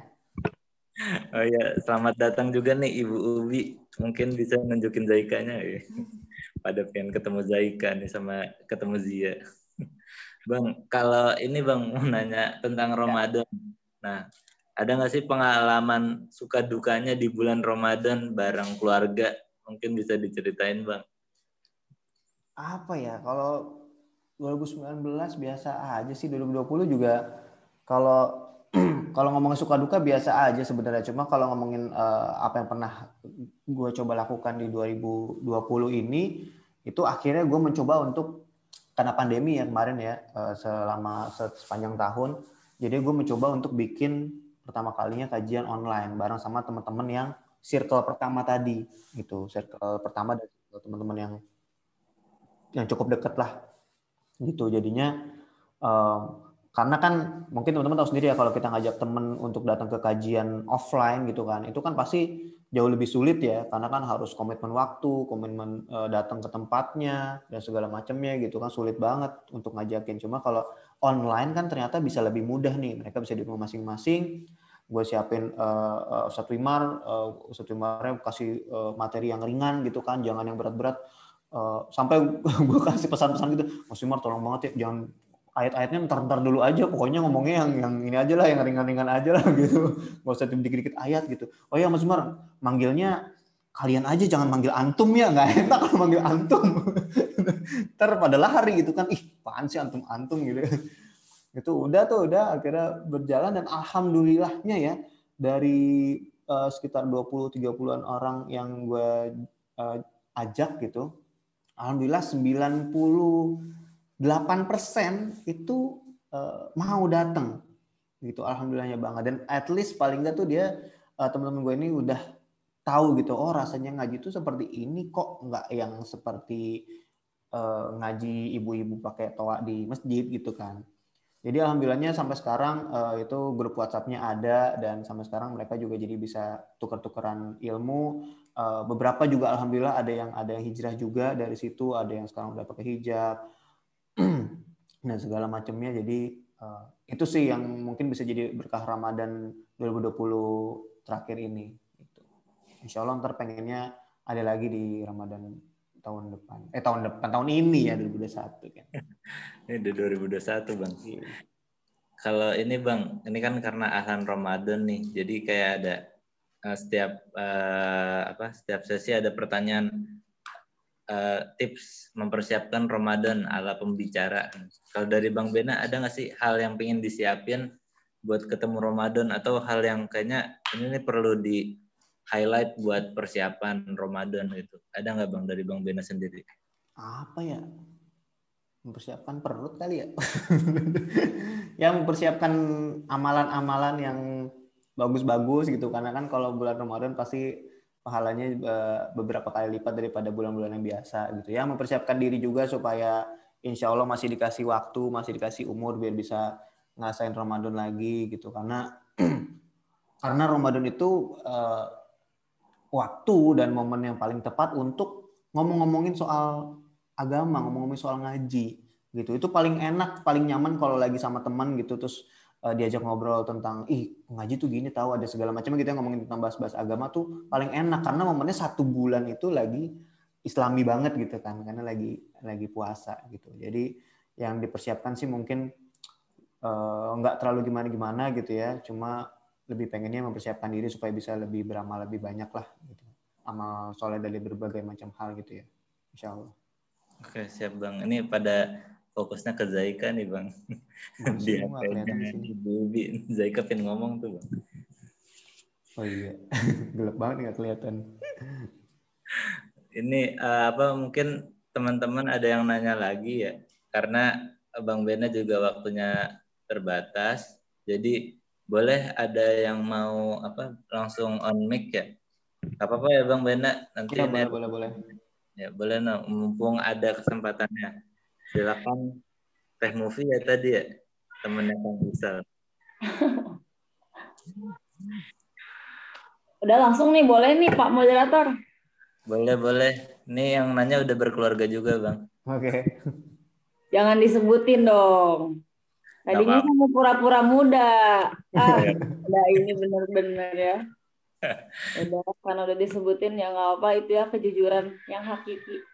[SPEAKER 1] oh ya selamat datang juga nih Ibu Ubi. Mungkin bisa nunjukin Zaikanya ya. Pada pengen ketemu Zaika nih sama ketemu Zia. Bang, kalau ini Bang mau nanya tentang Ramadan. Nah, ada nggak sih pengalaman suka dukanya di bulan Ramadan bareng keluarga? Mungkin bisa diceritain Bang.
[SPEAKER 2] Apa ya, kalau dua ribu sembilan belas biasa aja sih, dua ribu dua puluh juga kalau kalau ngomongin suka duka biasa aja sebenarnya. Cuma kalau ngomongin uh, apa yang pernah gue coba lakukan di dua ribu dua puluh ini, itu akhirnya gue mencoba untuk, karena pandemi ya kemarin ya, uh, selama sepanjang tahun, jadi gue mencoba untuk bikin pertama kalinya kajian online bareng sama teman-teman yang circle pertama tadi, gitu, circle pertama dan teman-teman yang yang cukup dekat lah, gitu. Jadinya uh, karena kan mungkin teman-teman tahu sendiri ya, kalau kita ngajak teman untuk datang ke kajian offline gitu kan, itu kan pasti jauh lebih sulit ya, karena kan harus komitmen waktu, komitmen uh, datang ke tempatnya dan segala macamnya gitu kan, sulit banget untuk ngajakin. Cuma kalau online kan ternyata bisa lebih mudah nih, mereka bisa di rumah masing-masing. Gue siapin uh, uh, Ustadz Wimar, uh, Ustadz Wimarnya kasih uh, materi yang ringan gitu kan, jangan yang berat-berat. Uh, sampai gue kasih pesan-pesan gitu, Mas Wimar tolong banget ya, jangan ayat-ayatnya ntar-ntar dulu aja, pokoknya ngomongnya yang yang ini aja lah, yang ringan-ringan aja lah gitu, nggak usah dikit-dikit ayat gitu. Oh ya Mas Umar, manggilnya kalian aja, jangan manggil antum ya, nggak enak kalau manggil antum. Ntar pada lari gitu kan, ih apaan sih antum-antum gitu. Itu udah tuh, udah akhirnya berjalan, dan alhamdulillahnya ya, dari uh, sekitar dua puluh tiga puluhan orang yang gue uh, ajak gitu, alhamdulillah sembilan puluh delapan persen itu uh, mau datang gitu, alhamdulillahnya banget. Dan at least paling nggak tuh dia, uh, teman-teman gue ini udah tahu gitu, oh rasanya ngaji itu seperti ini kok, nggak yang seperti uh, ngaji ibu-ibu pakai toa di masjid gitu kan. Jadi alhamdulillahnya sampai sekarang uh, itu grup WhatsApp-nya ada, dan sampai sekarang mereka juga jadi bisa tukar-tukaran ilmu. Uh, beberapa juga alhamdulillah ada yang ada yang hijrah juga dari situ, ada yang sekarang udah pakai hijab dan segala macamnya. Jadi uh, itu sih yang mungkin bisa jadi berkah Ramadan dua ribu dua puluh terakhir ini. Gitu. Insya Allah ntar pengennya ada lagi di Ramadan tahun depan. Eh tahun depan, tahun ini ya, dua ribu dua puluh satu kan.
[SPEAKER 1] Ini udah dua ribu dua puluh satu Bang. Kalau ini Bang, ini kan karena azan Ramadan nih, jadi kayak ada uh, setiap uh, apa setiap sesi ada pertanyaan uh, tips mempersiapkan Ramadan ala pembicara. Kalau dari Bang Bena ada nggak sih hal yang pengen disiapin buat ketemu Ramadan, atau hal yang kayaknya ini nih perlu di highlight buat persiapan Ramadan gitu? Ada nggak Bang dari Bang Bena sendiri?
[SPEAKER 2] Apa ya? Mempersiapkan perut kali ya. Ya mempersiapkan amalan-amalan yang bagus-bagus gitu, karena kan kalau bulan Ramadan pasti pahalanya beberapa kali lipat daripada bulan-bulan yang biasa gitu ya. Mempersiapkan diri juga supaya insya Allah masih dikasih waktu, masih dikasih umur biar bisa ngerasain Ramadan lagi gitu, karena karena Ramadan itu uh, waktu dan momen yang paling tepat untuk ngomong-ngomongin soal agama, ngomong-ngomongin soal ngaji gitu. Itu paling enak, paling nyaman kalau lagi sama teman gitu, terus uh, diajak ngobrol tentang, ih ngaji tuh gini, tahu ada segala macam gitu ya, ngomongin tentang bahas-bahas agama tuh paling enak, karena momennya satu bulan itu lagi Islami banget gitu kan, karena lagi lagi puasa gitu. Jadi yang dipersiapkan sih mungkin uh, nggak terlalu gimana-gimana gitu ya, cuma lebih pengennya mempersiapkan diri supaya bisa lebih beramal lebih banyak lah gitu, amal soleh dari berbagai macam hal gitu ya, insya Allah.
[SPEAKER 1] Oke siap Bang. Ini pada fokusnya ke Zaika nih Bang.
[SPEAKER 2] Di
[SPEAKER 1] Dia kayaknya Ibu Ubi. Zaika pengen ngomong tuh Bang.
[SPEAKER 2] Oh iya, gelap banget nggak kelihatan.
[SPEAKER 1] Ini uh, apa mungkin teman-teman ada yang nanya lagi ya, karena Bang Bena juga waktunya terbatas, jadi boleh ada yang mau apa langsung on mic ya? Gak apa-apa ya Bang Bena, nanti
[SPEAKER 2] Ya,
[SPEAKER 1] ini
[SPEAKER 2] boleh,
[SPEAKER 1] ada,
[SPEAKER 2] boleh, boleh.
[SPEAKER 1] ya boleh no, mumpung ada kesempatannya, silakan Teh Movie ya tadi ya, temennya Kang Isal.
[SPEAKER 3] Udah langsung nih, boleh nih Pak Moderator.
[SPEAKER 1] Boleh, boleh. Ini yang nanya udah berkeluarga juga, Bang.
[SPEAKER 2] Oke. Okay.
[SPEAKER 3] Jangan disebutin dong. Tadinya saya mau pura-pura muda. Ah, udah ini bener-bener ya. Udah, karena udah disebutin ya nggak apa, itu ya kejujuran yang hakiki.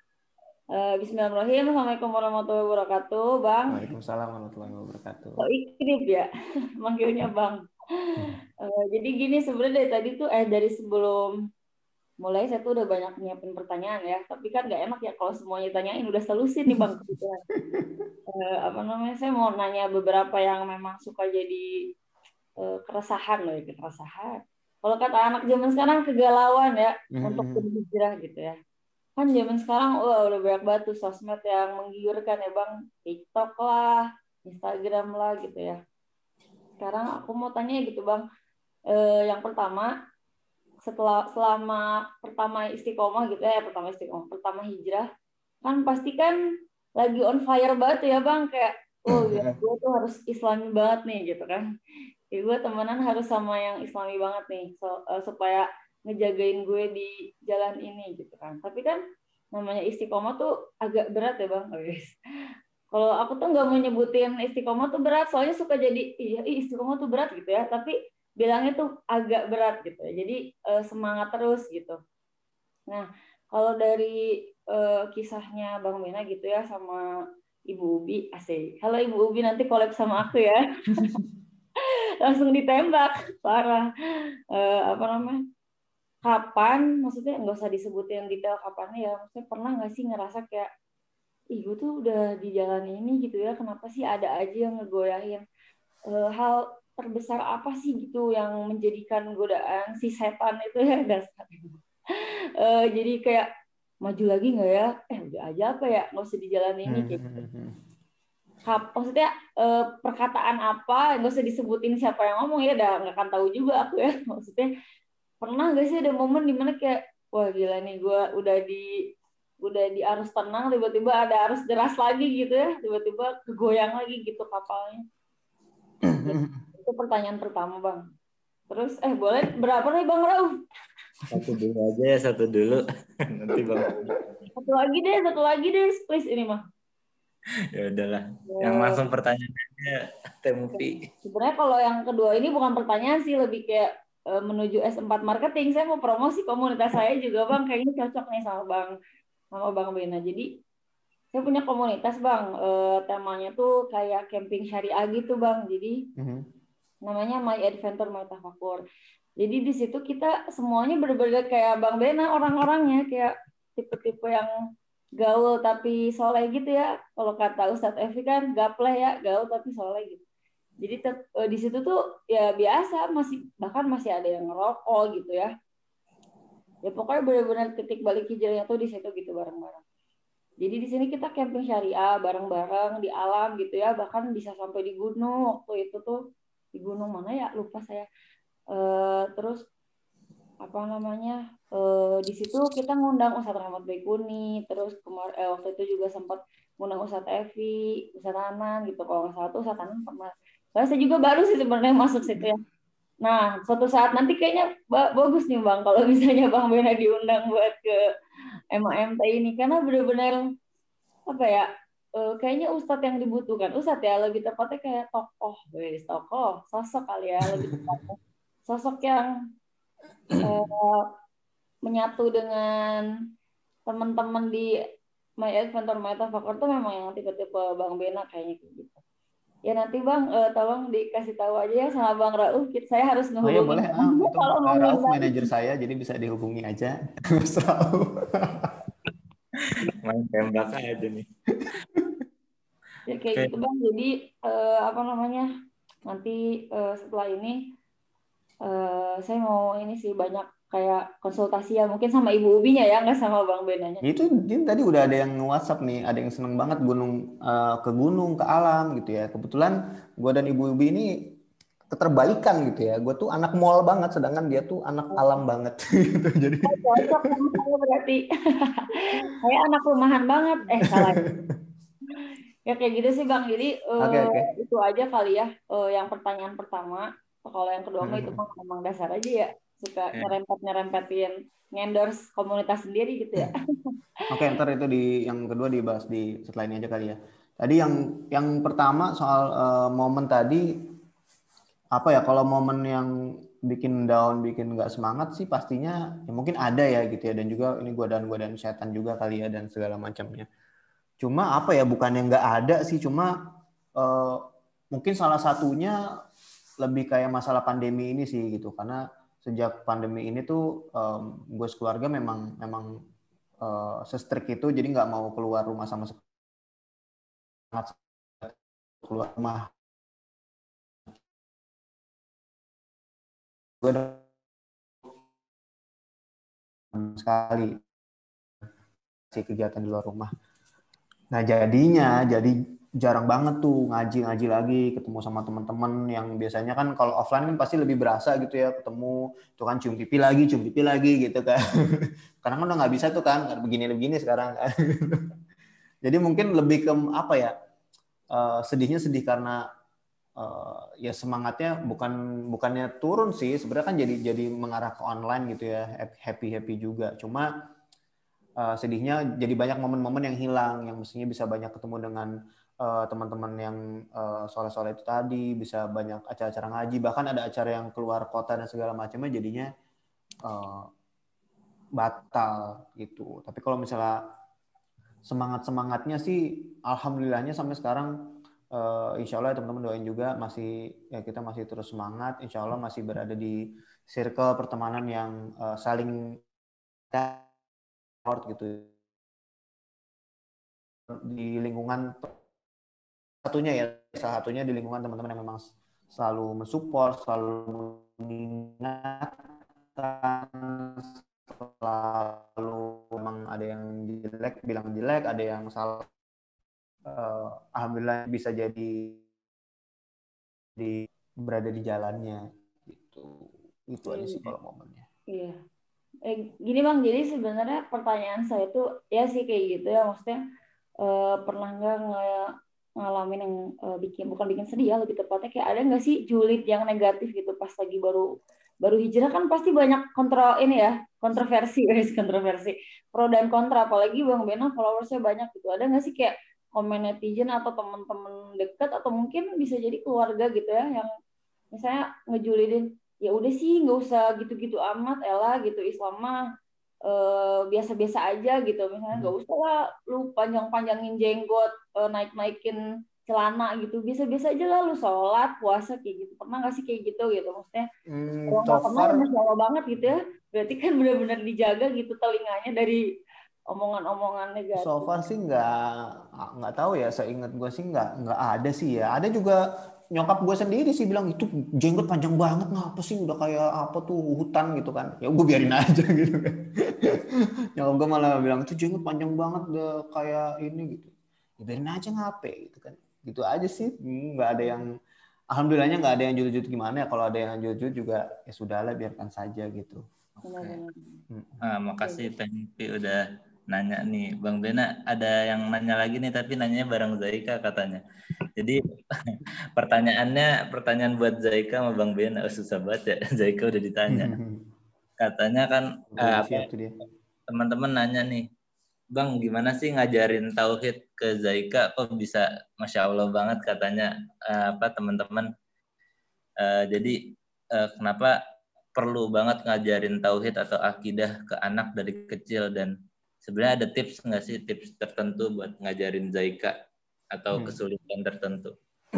[SPEAKER 3] Uh, Bismillahirrahmanirrahim. Assalamualaikum warahmatullahi wabarakatuh, Bang.
[SPEAKER 2] Waalaikumsalam warahmatullahi wabarakatuh.
[SPEAKER 3] Kok ikrip ya, manggilnya Bang. Uh, jadi gini sebenarnya dari tadi tuh, eh dari sebelum mulai saya tuh udah banyak nyiapin pertanyaan ya, tapi kan nggak enak ya kalau semuanya tanyain, udah selusin nih Bang kebetulan. uh, apa namanya, saya mau nanya beberapa yang memang suka jadi uh, keresahan loh, ya, keresahan. Kalau kata anak zaman sekarang kegalauan ya, mm-hmm. untuk berhijrah gitu ya. Kan zaman sekarang wah, udah banyak banget tuh sosmed yang menggiurkan ya Bang, TikTok lah, Instagram lah gitu ya. Sekarang aku mau tanya gitu Bang, eh, yang pertama, setelah selama pertama istiqomah gitu ya, pertama istiqomah, pertama hijrah, kan pasti kan lagi on fire banget ya Bang, kayak oh ya gue tuh harus Islami banget nih gitu kan. Ya, gue temenan harus sama yang Islami banget nih, so, uh, supaya ngejagain gue di jalan ini gitu kan. Tapi kan namanya istiqomah tuh agak berat ya Bang, guys. Kalau aku tuh nggak mau nyebutin istiqomah tuh berat, soalnya suka jadi iya istiqomah tuh berat gitu ya, tapi bilangnya tuh agak berat gitu ya. Jadi uh, semangat terus gitu. Nah, kalau dari uh, kisahnya Bang Bena gitu ya sama Ibu Ubi, asik. Halo Ibu Ubi, nanti collab sama aku ya. Langsung ditembak, parah. Uh, apa namanya? Kapan, maksudnya nggak usah disebutin detail kapannya ya, maksudnya pernah nggak sih ngerasa kayak, ih gue tuh udah di jalan ini gitu ya, kenapa sih ada aja yang ngegoyahin, e, hal terbesar apa sih gitu yang menjadikan godaan si setan itu ya dasarnya. E, jadi kayak, maju lagi nggak ya, eh udah aja apa ya, nggak usah di jalan ini kayak gitu. Kap, maksudnya e, perkataan apa, nggak usah disebutin siapa yang ngomong ya, udah nggak akan tahu juga aku ya, maksudnya pernah gak sih ada momen dimana kayak wah gila nih gue udah di udah di arus tenang tiba-tiba ada arus deras lagi gitu ya, tiba-tiba kegoyang lagi gitu kapalnya. Itu pertanyaan pertama Bang. Terus eh boleh berapa nih Bang Rauf?
[SPEAKER 1] Satu dulu aja ya, satu dulu. Nanti Bang.
[SPEAKER 3] Satu lagi deh, satu lagi deh, please ini mah.
[SPEAKER 1] Ya udahlah. Ya. Yang langsung pertanyaannya Temupi.
[SPEAKER 3] Sebenarnya kalau yang kedua ini bukan pertanyaan sih, lebih kayak menuju S empat marketing. Saya mau promosi komunitas saya juga Bang, kayaknya cocok nih sama Bang sama Bang Bena. Jadi saya punya komunitas Bang, e, temanya tuh kayak camping syariah gitu Bang. Jadi mm-hmm. namanya My Adventure My Tafakur. Jadi di situ kita semuanya berbeda kayak Bang Bena, orang-orangnya kayak tipe-tipe yang gaul tapi soleh gitu ya. Kalau kata Ustadz Evi kan gapleh ya, gaul tapi soleh gitu. Jadi uh, di situ tuh ya biasa, masih bahkan masih ada yang ngerokok gitu ya. Ya pokoknya benar-benar titik balik hijrahnya tuh di situ gitu bareng-bareng. Jadi di sini kita camping syariah bareng-bareng di alam gitu ya, bahkan bisa sampai di gunung. Waktu itu tuh di gunung mana ya lupa saya. Uh, terus apa namanya? Uh, di situ kita ngundang Ustadz Rahmat Baikuni, terus kemarin eh, waktu itu juga sempat ngundang Ustadz Evi, Ustadz Anan gitu. Kalau nggak salah tuh Ustadz Anan pernah. Nah, saya juga baru sih sebenarnya masuk situ ya. Nah, suatu saat nanti kayaknya bagus nih Bang, kalau misalnya Bang Bena diundang buat ke M A M T ini, karena benar-benar apa ya, uh, kayaknya Ustadz yang dibutuhkan. Ustadz ya, lebih tepatnya kayak tokoh, wes tokoh, sosok kali ya, lebih tepatnya sosok yang uh, menyatu dengan teman-teman di My Adventure My Tafakur tuh memang yang tipe-tipe Bang Bena kayaknya gitu. Ya nanti Bang, uh, tolong dikasih tahu aja ya sama Bang Rauf. Saya harus menghubungi.
[SPEAKER 2] Oh iya boleh. Ah, itu kalau mau Rauf manajer saya, jadi bisa dihubungi aja. Mas Rauf.
[SPEAKER 1] Main tembak aja nih.
[SPEAKER 3] Ya kayak okay. gitu Bang. Jadi uh, apa namanya? Nanti uh, setelah ini uh, saya mau ini sih banyak kayak konsultasi ya, mungkin sama Ibu Ubinya ya, nggak sama Bang Benanya.
[SPEAKER 2] Itu ini tadi udah ada yang WhatsApp nih, ada yang seneng banget gunung uh, ke gunung, ke alam gitu ya. Kebetulan gue dan Ibu Ubi ini keterbalikan gitu ya. Gue tuh anak mall banget, sedangkan dia tuh anak alam banget gitu. Jadi
[SPEAKER 3] oh, cocok sama saya berarti. Saya anak rumahan banget. Eh salah. Ya kayak gitu sih Bang. Jadi
[SPEAKER 2] Oke,
[SPEAKER 3] eh,
[SPEAKER 2] oke.
[SPEAKER 3] itu aja kali ya eh, yang pertanyaan pertama. Kalau yang kedua mah itu mah memang dasar aja ya. Suka
[SPEAKER 1] Ya.
[SPEAKER 3] nyerempet-nyerempetin ngendorse komunitas sendiri gitu ya.
[SPEAKER 2] Oke, ntar itu di yang kedua dibahas di setelah ini aja kali ya. Tadi yang yang pertama soal eh, momen tadi apa ya? Kalau momen yang bikin down, bikin nggak semangat sih pastinya ya mungkin ada ya gitu ya. Dan juga ini godaan-godaan setan juga kali ya dan segala macamnya. Cuma apa ya? Bukan yang nggak ada sih, cuma eh, mungkin salah satunya lebih kayak masalah pandemi ini sih gitu. Karena sejak pandemi ini tuh um, gue sekeluarga memang memang uh, se-strict itu, jadi nggak mau keluar rumah sama sekali, keluar rumah gue sekali sih kegiatan di luar rumah. Nah jadinya jadi jarang banget tuh ngaji-ngaji lagi, ketemu sama teman-teman yang biasanya kan kalau offline kan pasti lebih berasa gitu ya, ketemu tuh kan cium pipi lagi, cium pipi lagi gitu kan. Karena kan udah nggak bisa tuh kan, begini-begini sekarang. Jadi mungkin lebih ke apa ya? Uh, sedihnya sedih karena uh, ya semangatnya bukan bukannya turun sih, sebenarnya kan jadi jadi mengarah ke online gitu ya, happy happy juga. Cuma uh, sedihnya jadi banyak momen-momen yang hilang, yang mestinya bisa banyak ketemu dengan uh, teman-teman yang uh, soleh-soleh itu tadi, bisa banyak acara-acara ngaji, bahkan ada acara yang keluar kota dan segala macamnya jadinya uh, batal gitu. Tapi kalau misalnya semangat-semangatnya sih alhamdulillahnya sampai sekarang uh, insya Allah ya teman-teman doain juga masih ya kita masih terus semangat, insya Allah masih berada di circle pertemanan yang uh, saling support gitu di lingkungan satunya ya, salah satunya di lingkungan teman-teman yang memang selalu mensupport, selalu mengingatkan, selalu memang ada yang jelek bilang jelek, ada yang salah. Uh, alhamdulillah bisa jadi di berada di jalannya gitu. Itu aja sih kalau momennya.
[SPEAKER 3] Iya. Eh, gini Bang, jadi sebenarnya pertanyaan saya tuh ya sih kayak gitu ya, maksudnya eh, pernah nggak ng- ngalamin yang eh, bikin bukan bikin sedih ya, lebih tepatnya kayak ada nggak sih julid yang negatif gitu pas lagi baru baru hijrah kan pasti banyak kontrol ini ya, kontroversi guys, kontroversi pro dan kontra, apalagi Bang Bena followersnya banyak gitu, ada nggak sih kayak komen netizen atau teman-teman dekat atau mungkin bisa jadi keluarga gitu ya yang misalnya ngejulidin, ya udah sih nggak usah gitu-gitu amat Ella gitu, Islam mah eh, biasa-biasa aja gitu, misalnya nggak usah lah lu panjang-panjangin jenggot, eh, naik-naikin celana gitu, biasa-biasa aja lah lu sholat puasa kayak gitu, pernah nggak sih kayak gitu gitu, maksudnya
[SPEAKER 2] Hmm,
[SPEAKER 3] kalau
[SPEAKER 2] so
[SPEAKER 3] nggak pernah ya
[SPEAKER 2] far
[SPEAKER 3] masya Allah banget gitu ya, berarti kan benar-benar dijaga gitu telinganya dari omongan-omongan
[SPEAKER 2] so
[SPEAKER 3] negatif.
[SPEAKER 2] far sih nggak nggak tahu ya. Seingat gue sih nggak nggak ada sih ya. Ada juga nyokap gue sendiri sih bilang itu jenggot panjang banget, ngapa sih udah kayak apa tuh hutan gitu kan. Ya gue biarin aja gitu kan. Nyokap gue malah bilang itu jenggot panjang banget udah kayak ini gitu. Ya biarin aja ngape gitu kan. Gitu aja sih. Hmm, nggak ada yang alhamdulillahnya nggak ada yang jujur-jujur gimana ya. Kalau ada yang jujur juga ya sudahlah biarkan saja gitu.
[SPEAKER 1] Oke.
[SPEAKER 3] Benar-benar.
[SPEAKER 2] Hmm.
[SPEAKER 1] Ah, makasih Pengpi udah nanya nih. Bang Bena ada yang nanya lagi nih, tapi nanyanya bareng Zaika katanya. Jadi pertanyaannya pertanyaan buat Zaika sama Bang Bena. Oh, susah banget ya. Zaika udah ditanya. Katanya kan
[SPEAKER 2] Oke,
[SPEAKER 1] eh,
[SPEAKER 2] udah
[SPEAKER 1] apa
[SPEAKER 2] siap tuh dia.
[SPEAKER 1] teman-teman nanya nih, Bang gimana sih ngajarin tauhid ke Zaika? Kok bisa Masya Allah banget katanya eh, apa teman-teman. Eh, jadi eh, kenapa perlu banget ngajarin tauhid atau akidah ke anak dari kecil, dan sebenarnya ada tips nggak sih, tips tertentu buat ngajarin Zaika atau kesulitan tertentu?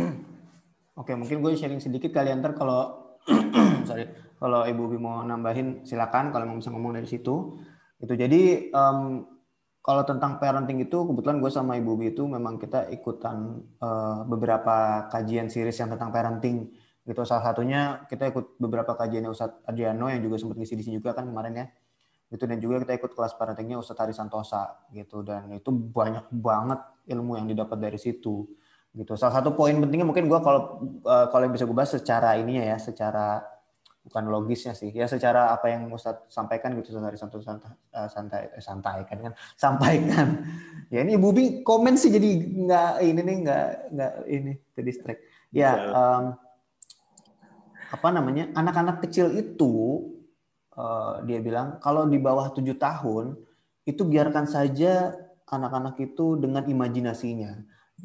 [SPEAKER 2] Oke, mungkin gue sharing sedikit kali ntar kalau sorry, kalau Ibu Ubi mau nambahin silakan kalau mau bisa ngomong dari situ. Itu jadi um, kalau tentang parenting itu kebetulan gue sama Ibu Ubi itu memang kita ikutan uh, beberapa kajian series yang tentang parenting gitu. Salah satunya kita ikut beberapa kajiannya Ustadz Adriano yang juga sempat ngisi di sini juga kan kemarin ya. Itu dan juga kita ikut kelas parentingnya Ustadz Hari Santosa gitu, dan itu banyak banget ilmu yang didapat dari situ gitu. Salah satu poin pentingnya mungkin gue kalau uh, kalau yang bisa gue bahas secara ininya ya, secara bukan logisnya sih. Ya secara apa yang Ustadz sampaikan gitu dari santai santai santai santai kan kan sampaikan. Ya ini Ibu Bi komen sih jadi nggak ini nih nggak nggak ini terdistract. Ya um, apa namanya anak-anak kecil itu uh, dia bilang kalau di bawah tujuh tahun itu biarkan saja anak-anak itu dengan imajinasinya.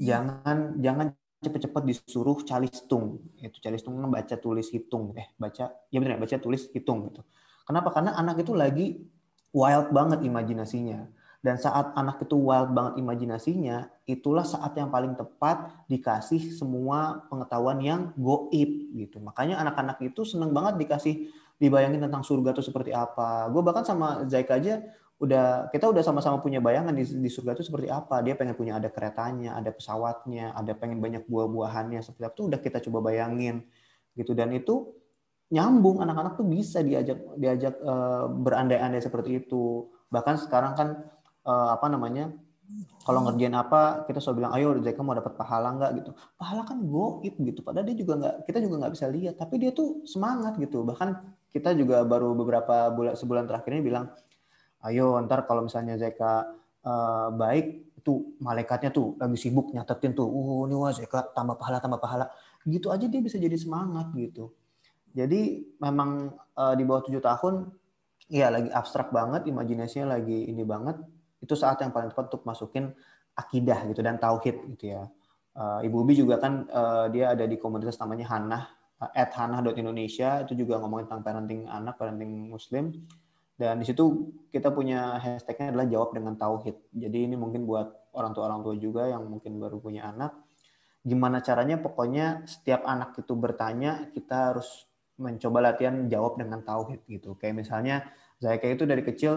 [SPEAKER 2] Jangan jangan cepet-cepet disuruh calistung. Itu calistung baca tulis hitung eh baca ya benar baca tulis hitung gitu. Kenapa? Karena anak itu lagi wild banget imajinasinya. Dan saat anak itu wild banget imajinasinya, itulah saat yang paling tepat dikasih semua pengetahuan yang goib gitu. Makanya anak-anak itu seneng banget dikasih dibayangin tentang surga itu seperti apa. Gue bahkan sama Zaika aja udah kita udah sama-sama punya bayangan di, di surga itu seperti apa. Dia pengen punya ada keretanya, ada pesawatnya, ada pengen banyak buah-buahannya seperti apa. Itu udah kita coba bayangin gitu. Dan itu nyambung, anak-anak tuh bisa diajak diajak uh, berandai-andai seperti itu. Bahkan sekarang kan uh, apa namanya? Kalau ngerjain apa kita selalu bilang ayo Zaika mau dapat pahala nggak gitu. Pahala kan goib gitu. Padahal dia juga nggak kita juga nggak bisa lihat. Tapi dia tuh semangat gitu. Bahkan kita juga baru beberapa bulan sebulan terakhir ini bilang ayo ntar kalau misalnya Zaika uh, baik itu malaikatnya tuh lagi sibuk nyatetin tuh, uh ini wah Zaika tambah pahala tambah pahala, gitu aja dia bisa jadi semangat gitu. Jadi memang uh, di bawah tujuh tahun, ya lagi abstrak banget, imajinasinya lagi ini banget, itu saat yang paling tepat untuk masukin akidah gitu dan tauhid gitu ya. Uh, Ibu Ubi juga kan uh, dia ada di komunitas namanya Hanah, uh, at hanah dot indonesia itu juga ngomongin tentang parenting anak, parenting Muslim. Dan di situ kita punya hashtagnya adalah jawab dengan tauhid. Jadi ini mungkin buat orang tua-orang tua juga yang mungkin baru punya anak. Gimana caranya pokoknya setiap anak itu bertanya, kita harus mencoba latihan jawab dengan tauhid gitu. Kayak misalnya Zaika itu dari kecil,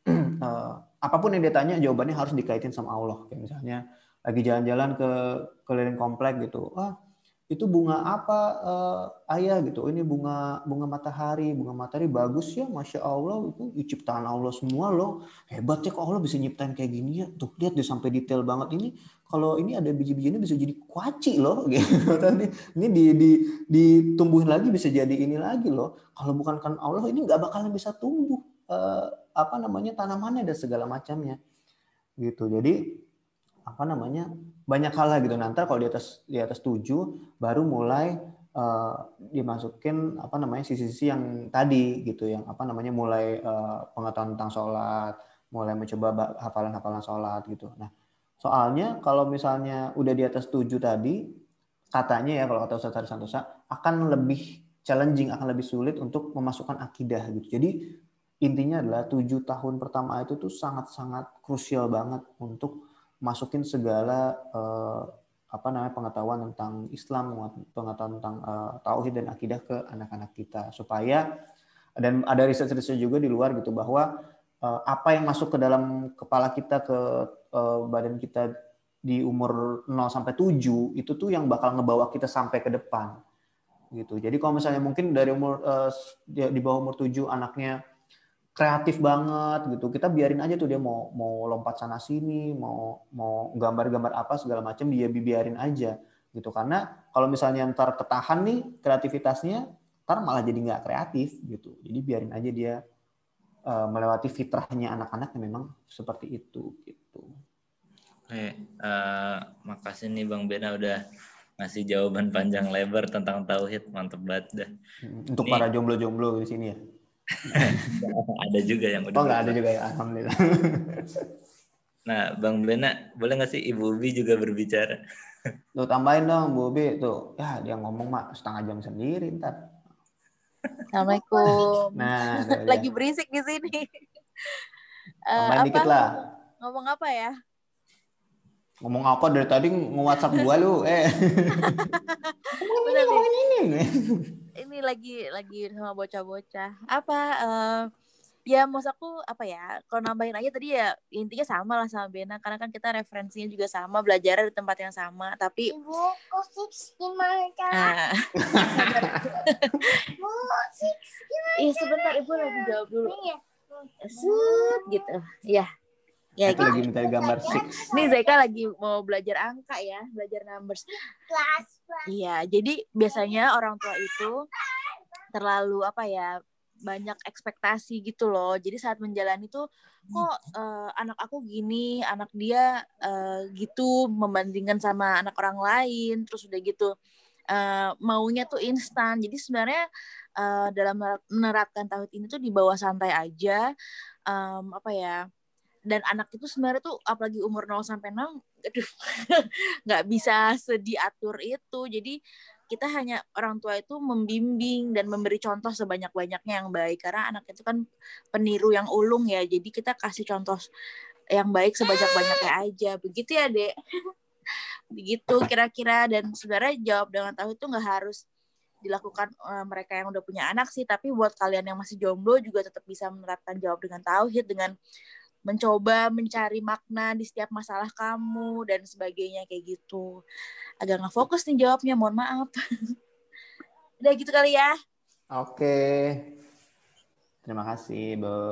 [SPEAKER 2] eh, apapun yang dia tanya jawabannya harus dikaitin sama Allah. Kayak misalnya lagi jalan-jalan ke keliling komplek gitu. Ah, itu bunga apa uh, ayah gitu, ini bunga bunga matahari, bunga matahari bagus ya, masya Allah, itu ciptaan Allah semua loh, hebat ya kok Allah bisa nyiptain kayak gini ya, tuh lihat deh sampai detail banget, ini kalau ini ada biji-bijinya bisa jadi kuaci loh gitu. Ini di, di, ditumbuhin lagi bisa jadi ini lagi loh, kalau bukan kan Allah ini nggak bakalan bisa tumbuh uh, apa namanya tanamannya dan segala macamnya gitu. Jadi apa namanya banyak hal lah gitu. Nanti kalau di atas di atas tujuh baru mulai uh, dimasukin apa namanya sisi-sisi yang tadi gitu, yang apa namanya mulai uh, pengetahuan tentang sholat, mulai mencoba hafalan-hafalan sholat gitu. Nah soalnya kalau misalnya udah di atas tujuh tadi katanya ya kalau kata Ustaz Haris Santosa akan lebih challenging, akan lebih sulit untuk memasukkan akidah gitu. Jadi intinya adalah tujuh tahun pertama itu tuh sangat-sangat krusial banget untuk masukin segala uh, apa namanya pengetahuan tentang Islam, pengetahuan tentang uh, tauhid dan akidah ke anak-anak kita supaya, dan ada riset-riset juga di luar gitu bahwa uh, apa yang masuk ke dalam kepala kita ke uh, badan kita di umur nol sampai tujuh itu tuh yang bakal ngebawa kita sampai ke depan gitu. Jadi kalau misalnya mungkin dari umur uh, di bawah umur tujuh anaknya kreatif banget gitu, kita biarin aja tuh dia mau mau lompat sana sini, mau mau gambar-gambar apa segala macam, dia biarin aja gitu. Karena kalau misalnya ntar ketahan nih kreativitasnya, ntar malah jadi nggak kreatif gitu. Jadi biarin aja dia uh, melewati fitrahnya anak-anak yang memang seperti itu gitu.
[SPEAKER 1] Oke, uh, makasih nih Bang Bena udah ngasih jawaban panjang lebar tentang tauhid, mantep banget dah.
[SPEAKER 2] Untuk ini, para jomblo-jomblo di sini ya.
[SPEAKER 1] Ada juga yang udah.
[SPEAKER 2] Oh nggak ada juga ya, alhamdulillah.
[SPEAKER 1] Nah, Bang Bena, boleh nggak sih Ibu Ubi juga berbicara?
[SPEAKER 2] Tuh tambahin dong, Bu Ubi tuh. Ya dia ngomong mak setengah jam sendiri ntar.
[SPEAKER 4] Assalamualaikum.
[SPEAKER 2] Nah,
[SPEAKER 4] lagi berisik di sini.
[SPEAKER 2] Tambahin uh, dikit
[SPEAKER 4] apa?
[SPEAKER 2] lah.
[SPEAKER 4] Ngomong apa ya?
[SPEAKER 2] Ngomong apa dari tadi nge-WhatsApp gua lu? Eh. Ngomongin ini, ngomongin ini.
[SPEAKER 4] Ini lagi lagi sama bocah-bocah. Apa uh, ya maksud aku apa ya? Kalau nambahin aja tadi ya intinya sama lah sama Bena, karena kan kita referensinya juga sama, belajar di tempat yang sama, tapi Ibu, kok gimana cara? Bu, Iya sebentar Ibu lagi jawab dulu. Set gitu. Ya. Ya
[SPEAKER 2] gitu.
[SPEAKER 4] gitu.
[SPEAKER 2] Lagi minta gambar six.
[SPEAKER 4] Nih Zaika lagi mau belajar angka ya, belajar numbers. Iya, jadi biasanya orang tua itu terlalu apa ya, banyak ekspektasi gitu loh. Jadi saat menjalani tuh kok uh, anak aku gini, anak dia uh, gitu membandingkan sama anak orang lain, terus udah gitu uh, maunya tuh instan. Jadi sebenarnya uh, dalam menerapkan tauhid ini tuh di bawah santai aja, um, apa ya, dan anak itu sebenarnya tuh apalagi umur nol sampai enam, aduh nggak bisa sediatur itu. Jadi kita hanya orang tua itu membimbing dan memberi contoh sebanyak-banyaknya yang baik, karena anak itu kan peniru yang ulung ya, jadi kita kasih contoh yang baik sebanyak-banyaknya aja, begitu ya Dek. Begitu kira-kira. Dan sebenarnya jawab dengan tahu itu nggak harus dilakukan uh, mereka yang udah punya anak sih, tapi buat kalian yang masih jomblo juga tetap bisa menerapkan jawab dengan tauhid dengan mencoba mencari makna di setiap masalah kamu dan sebagainya kayak gitu. Agak nggak fokus nih jawabnya, mohon maaf. Udah gitu kali ya.
[SPEAKER 2] Oke. Terima kasih, Bu.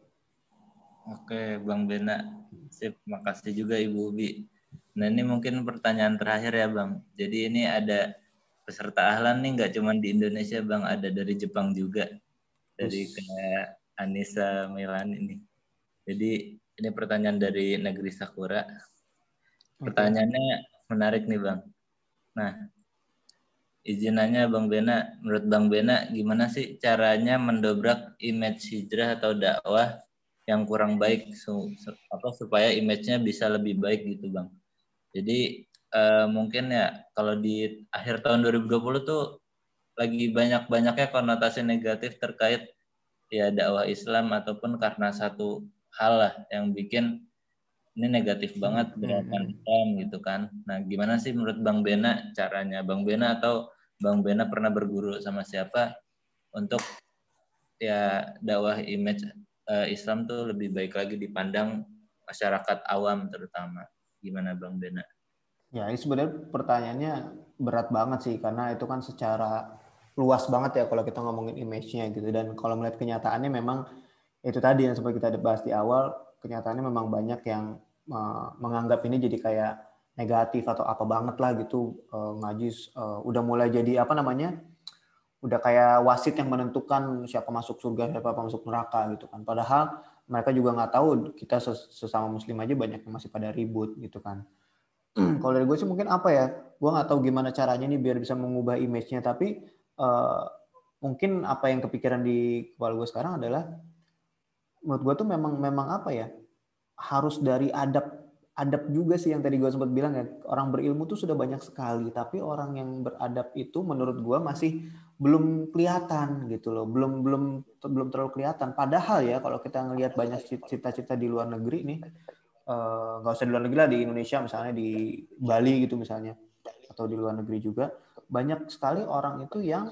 [SPEAKER 1] Oke, Bang Bena. Sip, makasih juga Ibu Ubi. Nah, ini mungkin pertanyaan terakhir ya, Bang. Jadi ini ada peserta ahlan nih, nggak cuma di Indonesia, Bang. Ada dari Jepang juga. Dari kayak Anissa Melani ini. Jadi ini pertanyaan dari Negeri Sakura. Pertanyaannya menarik nih, Bang. Nah, izinannya Bang Bena, menurut Bang Bena gimana sih caranya mendobrak image hijrah atau dakwah yang kurang baik su, su, apa, supaya image-nya bisa lebih baik gitu, Bang. Jadi uh, mungkin ya kalau di akhir tahun dua ribu dua puluh tuh lagi banyak-banyaknya konotasi negatif terkait ya dakwah Islam ataupun karena satu hal lah yang bikin ini negatif banget gerakan Islam gitu kan. Nah, gimana sih menurut Bang Bena caranya Bang Bena atau Bang Bena pernah berguru sama siapa untuk ya dakwah image uh, Islam tuh lebih baik lagi dipandang masyarakat awam terutama. Gimana Bang Bena?
[SPEAKER 2] Ya, ini sebenarnya pertanyaannya berat banget sih, karena itu kan secara luas banget ya kalau kita ngomongin image-nya gitu. Dan kalau melihat kenyataannya memang itu tadi yang seperti kita bahas di awal, kenyataannya memang banyak yang uh, menganggap ini jadi kayak negatif atau apa banget lah gitu. Uh, ngaji uh, udah mulai jadi apa namanya, udah kayak wasit yang menentukan siapa masuk surga, siapa masuk neraka gitu kan. Padahal mereka juga nggak tahu kita sesama muslim aja banyak yang masih pada ribut gitu kan. Kalau dari gue sih mungkin apa ya, gue nggak tahu gimana caranya nih biar bisa mengubah image-nya, tapi uh, mungkin apa yang kepikiran di kepala gue sekarang adalah menurut gue tuh memang memang apa ya, harus dari adab adab juga sih yang tadi gue sempat bilang ya, orang berilmu tuh sudah banyak sekali, tapi orang yang beradab itu menurut gue masih belum kelihatan gitu loh, belum belum belum terlalu kelihatan. Padahal ya kalau kita ngelihat banyak cita-cita di luar negeri nih, nggak uh, usah di luar negeri lah, di Indonesia misalnya di Bali gitu misalnya, atau di luar negeri juga banyak sekali orang itu yang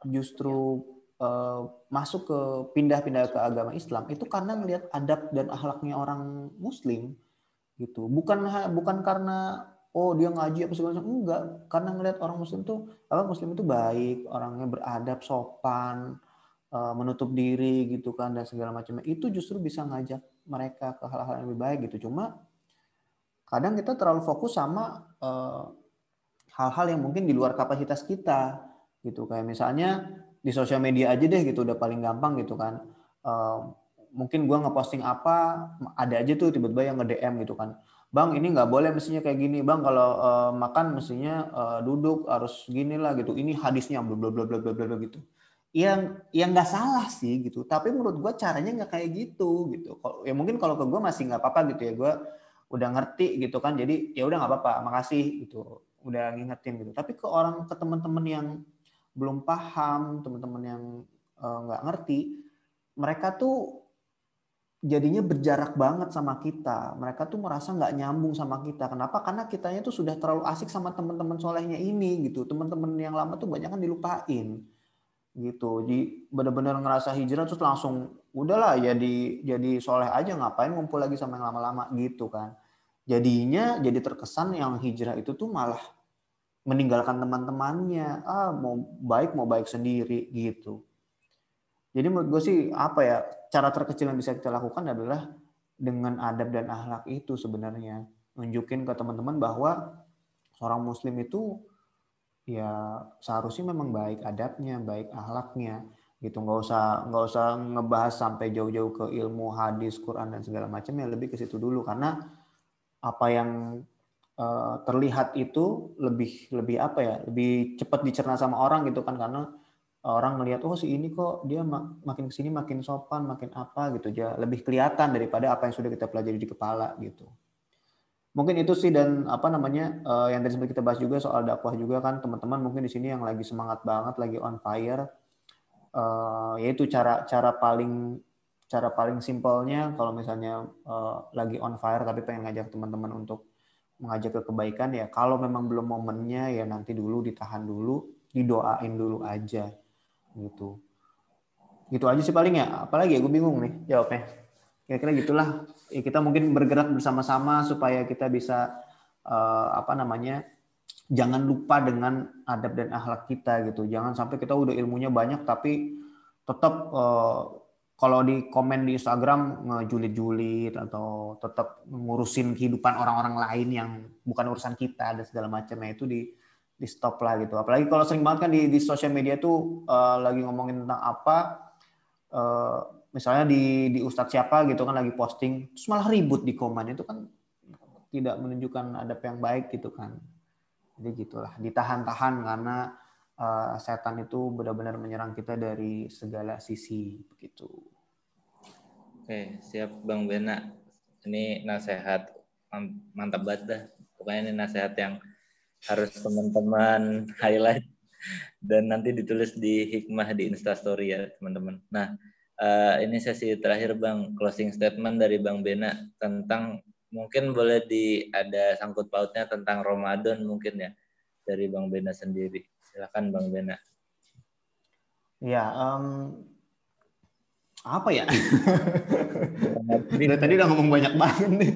[SPEAKER 2] justru uh, masuk ke pindah-pindah ke agama Islam itu karena ngelihat adab dan akhlaknya orang Muslim gitu, bukan bukan karena oh dia ngaji apa segala macam, enggak, karena ngelihat orang Muslim tuh apa Muslim itu baik, orangnya beradab, sopan, uh, menutup diri gitu kan dan segala macamnya, itu justru bisa ngajak mereka ke hal-hal yang lebih baik gitu. Cuma kadang kita terlalu fokus sama uh, hal-hal yang mungkin di luar kapasitas kita gitu, kayak misalnya di sosial media aja deh gitu, udah paling gampang gitu kan. Uh, mungkin gue ngeposting apa, ada aja tuh tiba-tiba yang nge-D M gitu kan, bang ini nggak boleh mestinya kayak gini, bang kalau uh, makan mestinya uh, duduk harus gini lah gitu, ini hadisnya bla bla bla bla bla bla gitu. Yang yang nggak salah sih gitu, tapi menurut gue caranya nggak kayak gitu gitu. Kalau ya mungkin kalau ke gue masih nggak apa-apa gitu ya, gue udah ngerti gitu kan, jadi ya udah nggak apa-apa, makasih gitu, udah ngingetin gitu. Tapi ke orang, ke teman-teman yang belum paham, teman-teman yang nggak uh, ngerti, mereka tuh jadinya berjarak banget sama kita. Mereka tuh merasa nggak nyambung sama kita. Kenapa? Karena kitanya tuh sudah terlalu asik sama teman-teman solehnya ini gitu. Teman-teman yang lama tuh banyak kan dilupain gitu. Jadi benar-benar ngerasa hijrah terus langsung udahlah jadi jadi soleh aja, ngapain ngumpul lagi sama yang lama-lama gitu kan. Jadinya jadi terkesan yang hijrah itu tuh malah meninggalkan teman-temannya. Ah mau baik mau baik sendiri gitu. Jadi menurut gue sih apa ya, cara terkecil yang bisa kita lakukan adalah dengan adab dan akhlak itu sebenarnya. Nunjukin ke teman-teman bahwa seorang muslim itu ya seharusnya memang baik adabnya, baik akhlaknya gitu. Nggak usah nggak usah ngebahas sampai jauh-jauh ke ilmu hadis, Quran dan segala macam, ya lebih ke situ dulu, karena apa yang uh, terlihat itu lebih lebih apa ya, lebih cepat dicerna sama orang gitu kan, karena orang melihat oh si ini kok dia mak makin kesini makin sopan, makin apa gitu, ya lebih kelihatan daripada apa yang sudah kita pelajari di kepala gitu. Mungkin itu sih, dan apa namanya uh, yang tadi sempat kita bahas juga soal dakwah juga kan, teman-teman mungkin di sini yang lagi semangat banget, lagi on fire, uh, yaitu cara cara paling cara paling simpelnya kalau misalnya uh, lagi on fire tapi pengen ngajak teman-teman untuk mengajak ke kebaikan, ya kalau memang belum momennya ya nanti dulu, ditahan dulu, didoain dulu aja gitu. Gitu aja sih paling ya. Apalagi ya, gue bingung nih jawabnya. Kira-kira gitulah. Ya, kita mungkin bergerak bersama-sama supaya kita bisa uh, apa namanya, jangan lupa dengan adab dan akhlak kita gitu. Jangan sampai kita udah ilmunya banyak tapi tetap uh, kalau di komen di Instagram ngejulit-julit atau tetap ngurusin kehidupan orang-orang lain yang bukan urusan kita dan segala macamnya, itu di di stop lah gitu. Apalagi kalau sering banget kan di di sosial media tuh uh, lagi ngomongin tentang apa, uh, misalnya di di ustadz siapa gitu kan lagi posting, terus malah ribut di komen, itu kan tidak menunjukkan adab yang baik gitu kan. Jadi gitulah, ditahan-tahan karena uh, setan itu benar-benar menyerang kita dari segala sisi begitu.
[SPEAKER 1] Oke, siap Bang Bena. Ini nasihat mantap banget dah. Pokoknya ini nasihat yang harus teman-teman highlight dan nanti ditulis di hikmah di Instastory ya teman-teman. Nah, uh, ini sesi terakhir Bang, closing statement dari Bang Bena tentang, mungkin boleh di ada sangkut pautnya tentang Ramadan mungkin ya, dari Bang Bena sendiri. Silakan Bang Bena.
[SPEAKER 2] Ya, um, apa ya? Dari tadi udah ngomong banyak banget nih.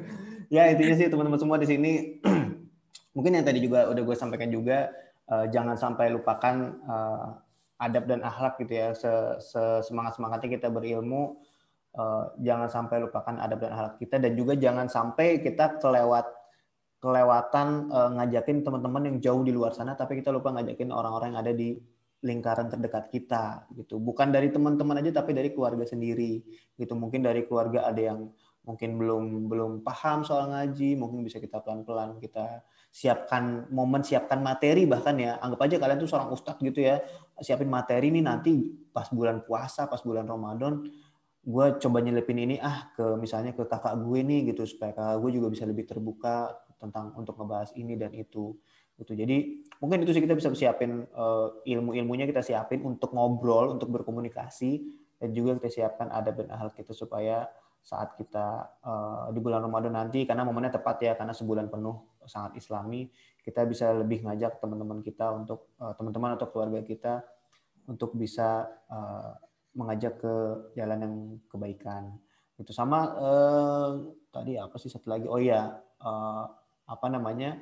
[SPEAKER 2] Ya intinya sih teman-teman semua di sini, mungkin yang tadi juga udah gue sampaikan juga, uh, jangan sampai lupakan uh, adab dan akhlak gitu ya. Semangat-semangatnya kita berilmu, uh, jangan sampai lupakan adab dan akhlak kita, dan juga jangan sampai kita kelewat kelewatan uh, ngajakin teman-teman yang jauh di luar sana, tapi kita lupa ngajakin orang-orang yang ada di lingkaran terdekat kita gitu. Bukan dari teman-teman aja tapi dari keluarga sendiri gitu. Mungkin dari keluarga ada yang mungkin belum belum paham soal ngaji, mungkin bisa kita pelan-pelan kita siapkan momen, siapkan materi, bahkan ya anggap aja kalian tuh seorang ustadz gitu ya, siapin materi nih nanti pas bulan puasa, pas bulan Ramadan, gue coba nyelipin ini ah ke misalnya ke kakak gue nih gitu, supaya kakak gue juga bisa lebih terbuka tentang untuk ngebahas ini dan itu gitu. Jadi mungkin itu sih, kita bisa siapin uh, ilmu-ilmunya, kita siapin untuk ngobrol, untuk berkomunikasi, dan juga kita siapkan adab dan akhlak kita supaya saat kita uh, di bulan Ramadan nanti, karena momennya tepat ya, karena sebulan penuh sangat islami, kita bisa lebih ngajak teman-teman kita untuk uh, teman-teman atau keluarga kita untuk bisa uh, mengajak ke jalan yang kebaikan. Itu sama uh, tadi apa sih satu lagi? Oh iya, uh, apa namanya?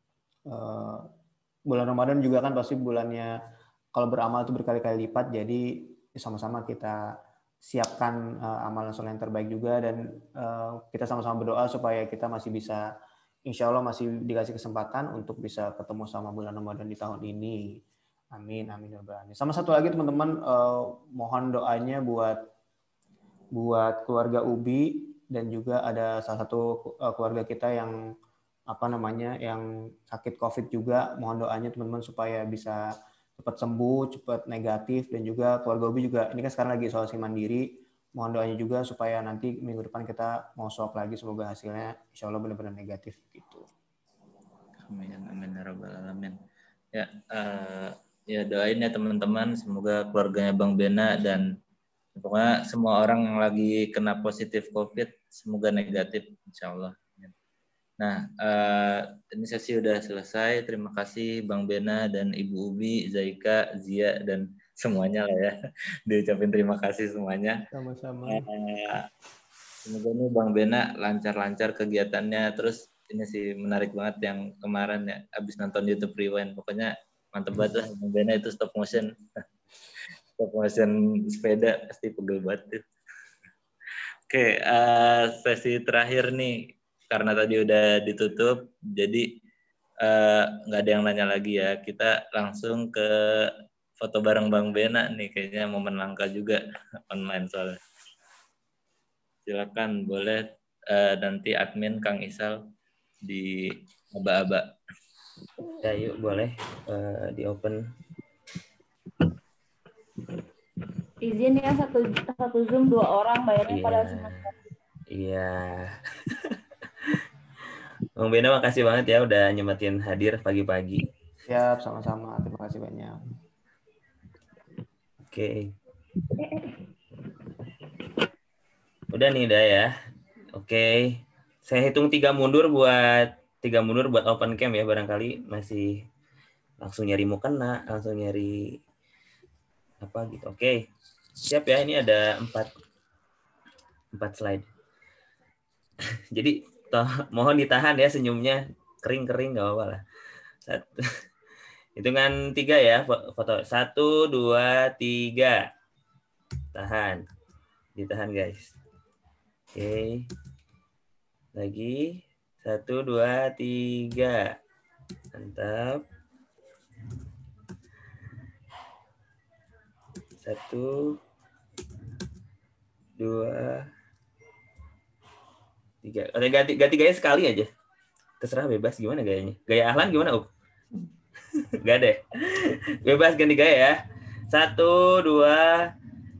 [SPEAKER 2] Uh, bulan Ramadan juga kan pasti bulannya kalau beramal itu berkali-kali lipat, jadi sama-sama kita siapkan uh, amalan soleh yang terbaik juga, dan uh, kita sama-sama berdoa supaya kita masih bisa, insya Allah masih dikasih kesempatan untuk bisa ketemu sama bulan Ramadan di tahun ini. Amin, amin ya rabbal alamin. Sama satu lagi teman-teman, uh, mohon doanya buat buat keluarga Ubi, dan juga ada salah satu uh, keluarga kita yang apa namanya yang sakit COVID juga. Mohon doanya teman-teman supaya bisa cepat sembuh, cepat negatif, dan juga keluarga Ubi juga ini kan sekarang lagi isolasi mandiri. Mohon doanya juga supaya nanti minggu depan kita mau swab lagi, semoga hasilnya insya Allah benar-benar negatif gitu.
[SPEAKER 1] Amin, amin ya rabbal alamin. Ya, uh, ya doain ya teman-teman, semoga keluarganya Bang Bena dan pokoknya semua orang yang lagi kena positif COVID semoga negatif insya Allah. Nah, uh, ini sesi udah selesai. Terima kasih Bang Bena dan Ibu Ubi, Zaika, Zia, dan semuanya lah ya. Diucapin terima kasih semuanya.
[SPEAKER 2] Sama-sama.
[SPEAKER 1] Uh, semoga nih Bang Bena lancar-lancar kegiatannya. Terus ini sih menarik banget yang kemarin ya, abis nonton YouTube Rewind. Pokoknya mantep banget lah Bang Bena itu stop motion. Stop motion sepeda pasti pegel banget. Oke, okay, uh, sesi terakhir nih. Karena tadi udah ditutup, jadi nggak uh, ada yang nanya lagi ya. Kita langsung ke foto bareng Bang Bena nih, kayaknya momen langka juga online soalnya. Silakan, boleh uh, nanti admin Kang Isal di aba-aba.
[SPEAKER 5] Ya yuk boleh uh, di open.
[SPEAKER 3] Izin ya, satu satu Zoom dua orang, bayarnya
[SPEAKER 5] Iya.
[SPEAKER 3] pada semester.
[SPEAKER 5] Iya. Bang Bena makasih banget ya udah nyempetin hadir pagi-pagi.
[SPEAKER 2] Siap, sama-sama. Terima kasih banyak.
[SPEAKER 5] Oke. Udah nih dah ya. Oke. Saya hitung tiga mundur buat tiga mundur buat open cam ya, barangkali masih langsung nyari mukena, langsung nyari apa gitu. Oke. Siap ya, ini ada empat empat slide. Jadi toh, mohon ditahan ya senyumnya, kering-kering nggak apa-apa lah. Satu. Hitungan tiga ya, foto. Satu, dua, tiga. Tahan. Ditahan guys. Oke. Lagi. Satu, dua, tiga. Mantap. Satu, dua, tiga. Oke, ganti, ganti gaya sekali aja. Terserah, bebas gimana gayanya. Gaya Ahlan gimana, Up? Gak ada. Bebas ganti gaya ya. Satu, dua,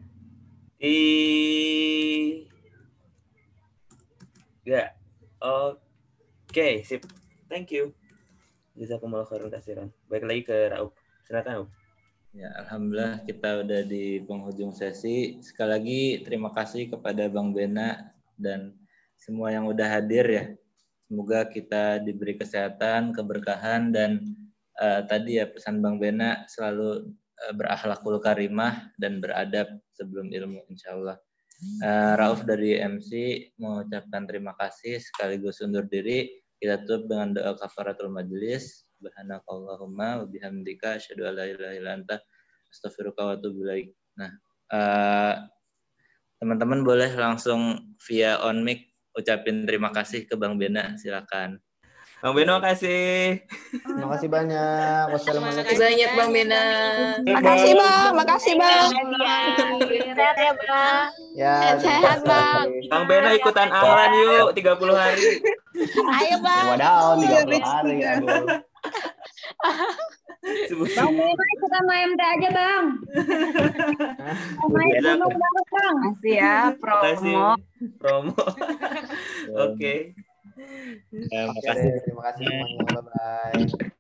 [SPEAKER 5] tiga. Oke, sip. Thank you. Jazakumullah khairan katsiran. Baik lagi ke Raup. Silakan, Up.
[SPEAKER 1] Ya, alhamdulillah kita udah di penghujung sesi. Sekali lagi terima kasih kepada Bang Bena dan semua yang udah hadir ya. Semoga kita diberi kesehatan, keberkahan, dan uh, tadi ya pesan Bang Bena selalu uh, berakhlakul karimah dan beradab sebelum ilmu, insya Allah. Uh, Rauf dari M C mengucapkan terima kasih sekaligus undur diri. Kita tutup dengan doa kafaratul majelis. Subhanakallahumma wa bihamdika asyhadu an la ilaha illa anta astaghfiruka wa atubu ilaik. Nah, uh, teman-teman boleh langsung via on mic ucapin terima kasih ke Bang Bena, silakan.
[SPEAKER 5] Bang Bena makasih.
[SPEAKER 2] Terima kasih banyak. Wassalamualaikum.
[SPEAKER 6] Makasih banyak Bang Bena.
[SPEAKER 7] Makasih Bang, makasih Bang.
[SPEAKER 4] Sehat ya, Bang.
[SPEAKER 2] Ya,
[SPEAKER 7] Sehat Bang.
[SPEAKER 5] Bang Bena ikutan Ahlan yuk tiga puluh hari.
[SPEAKER 7] Ayo Bang.
[SPEAKER 2] Wadaw, tiga puluh hari. Aduh.
[SPEAKER 3] Bang Bena ikutan M T aja Bang. Main promo banget Bang.
[SPEAKER 4] Makasih ya, promo.
[SPEAKER 5] Promo. Oke.
[SPEAKER 1] Terima kasih.
[SPEAKER 2] Terima kasih semuanya. Bye-bye.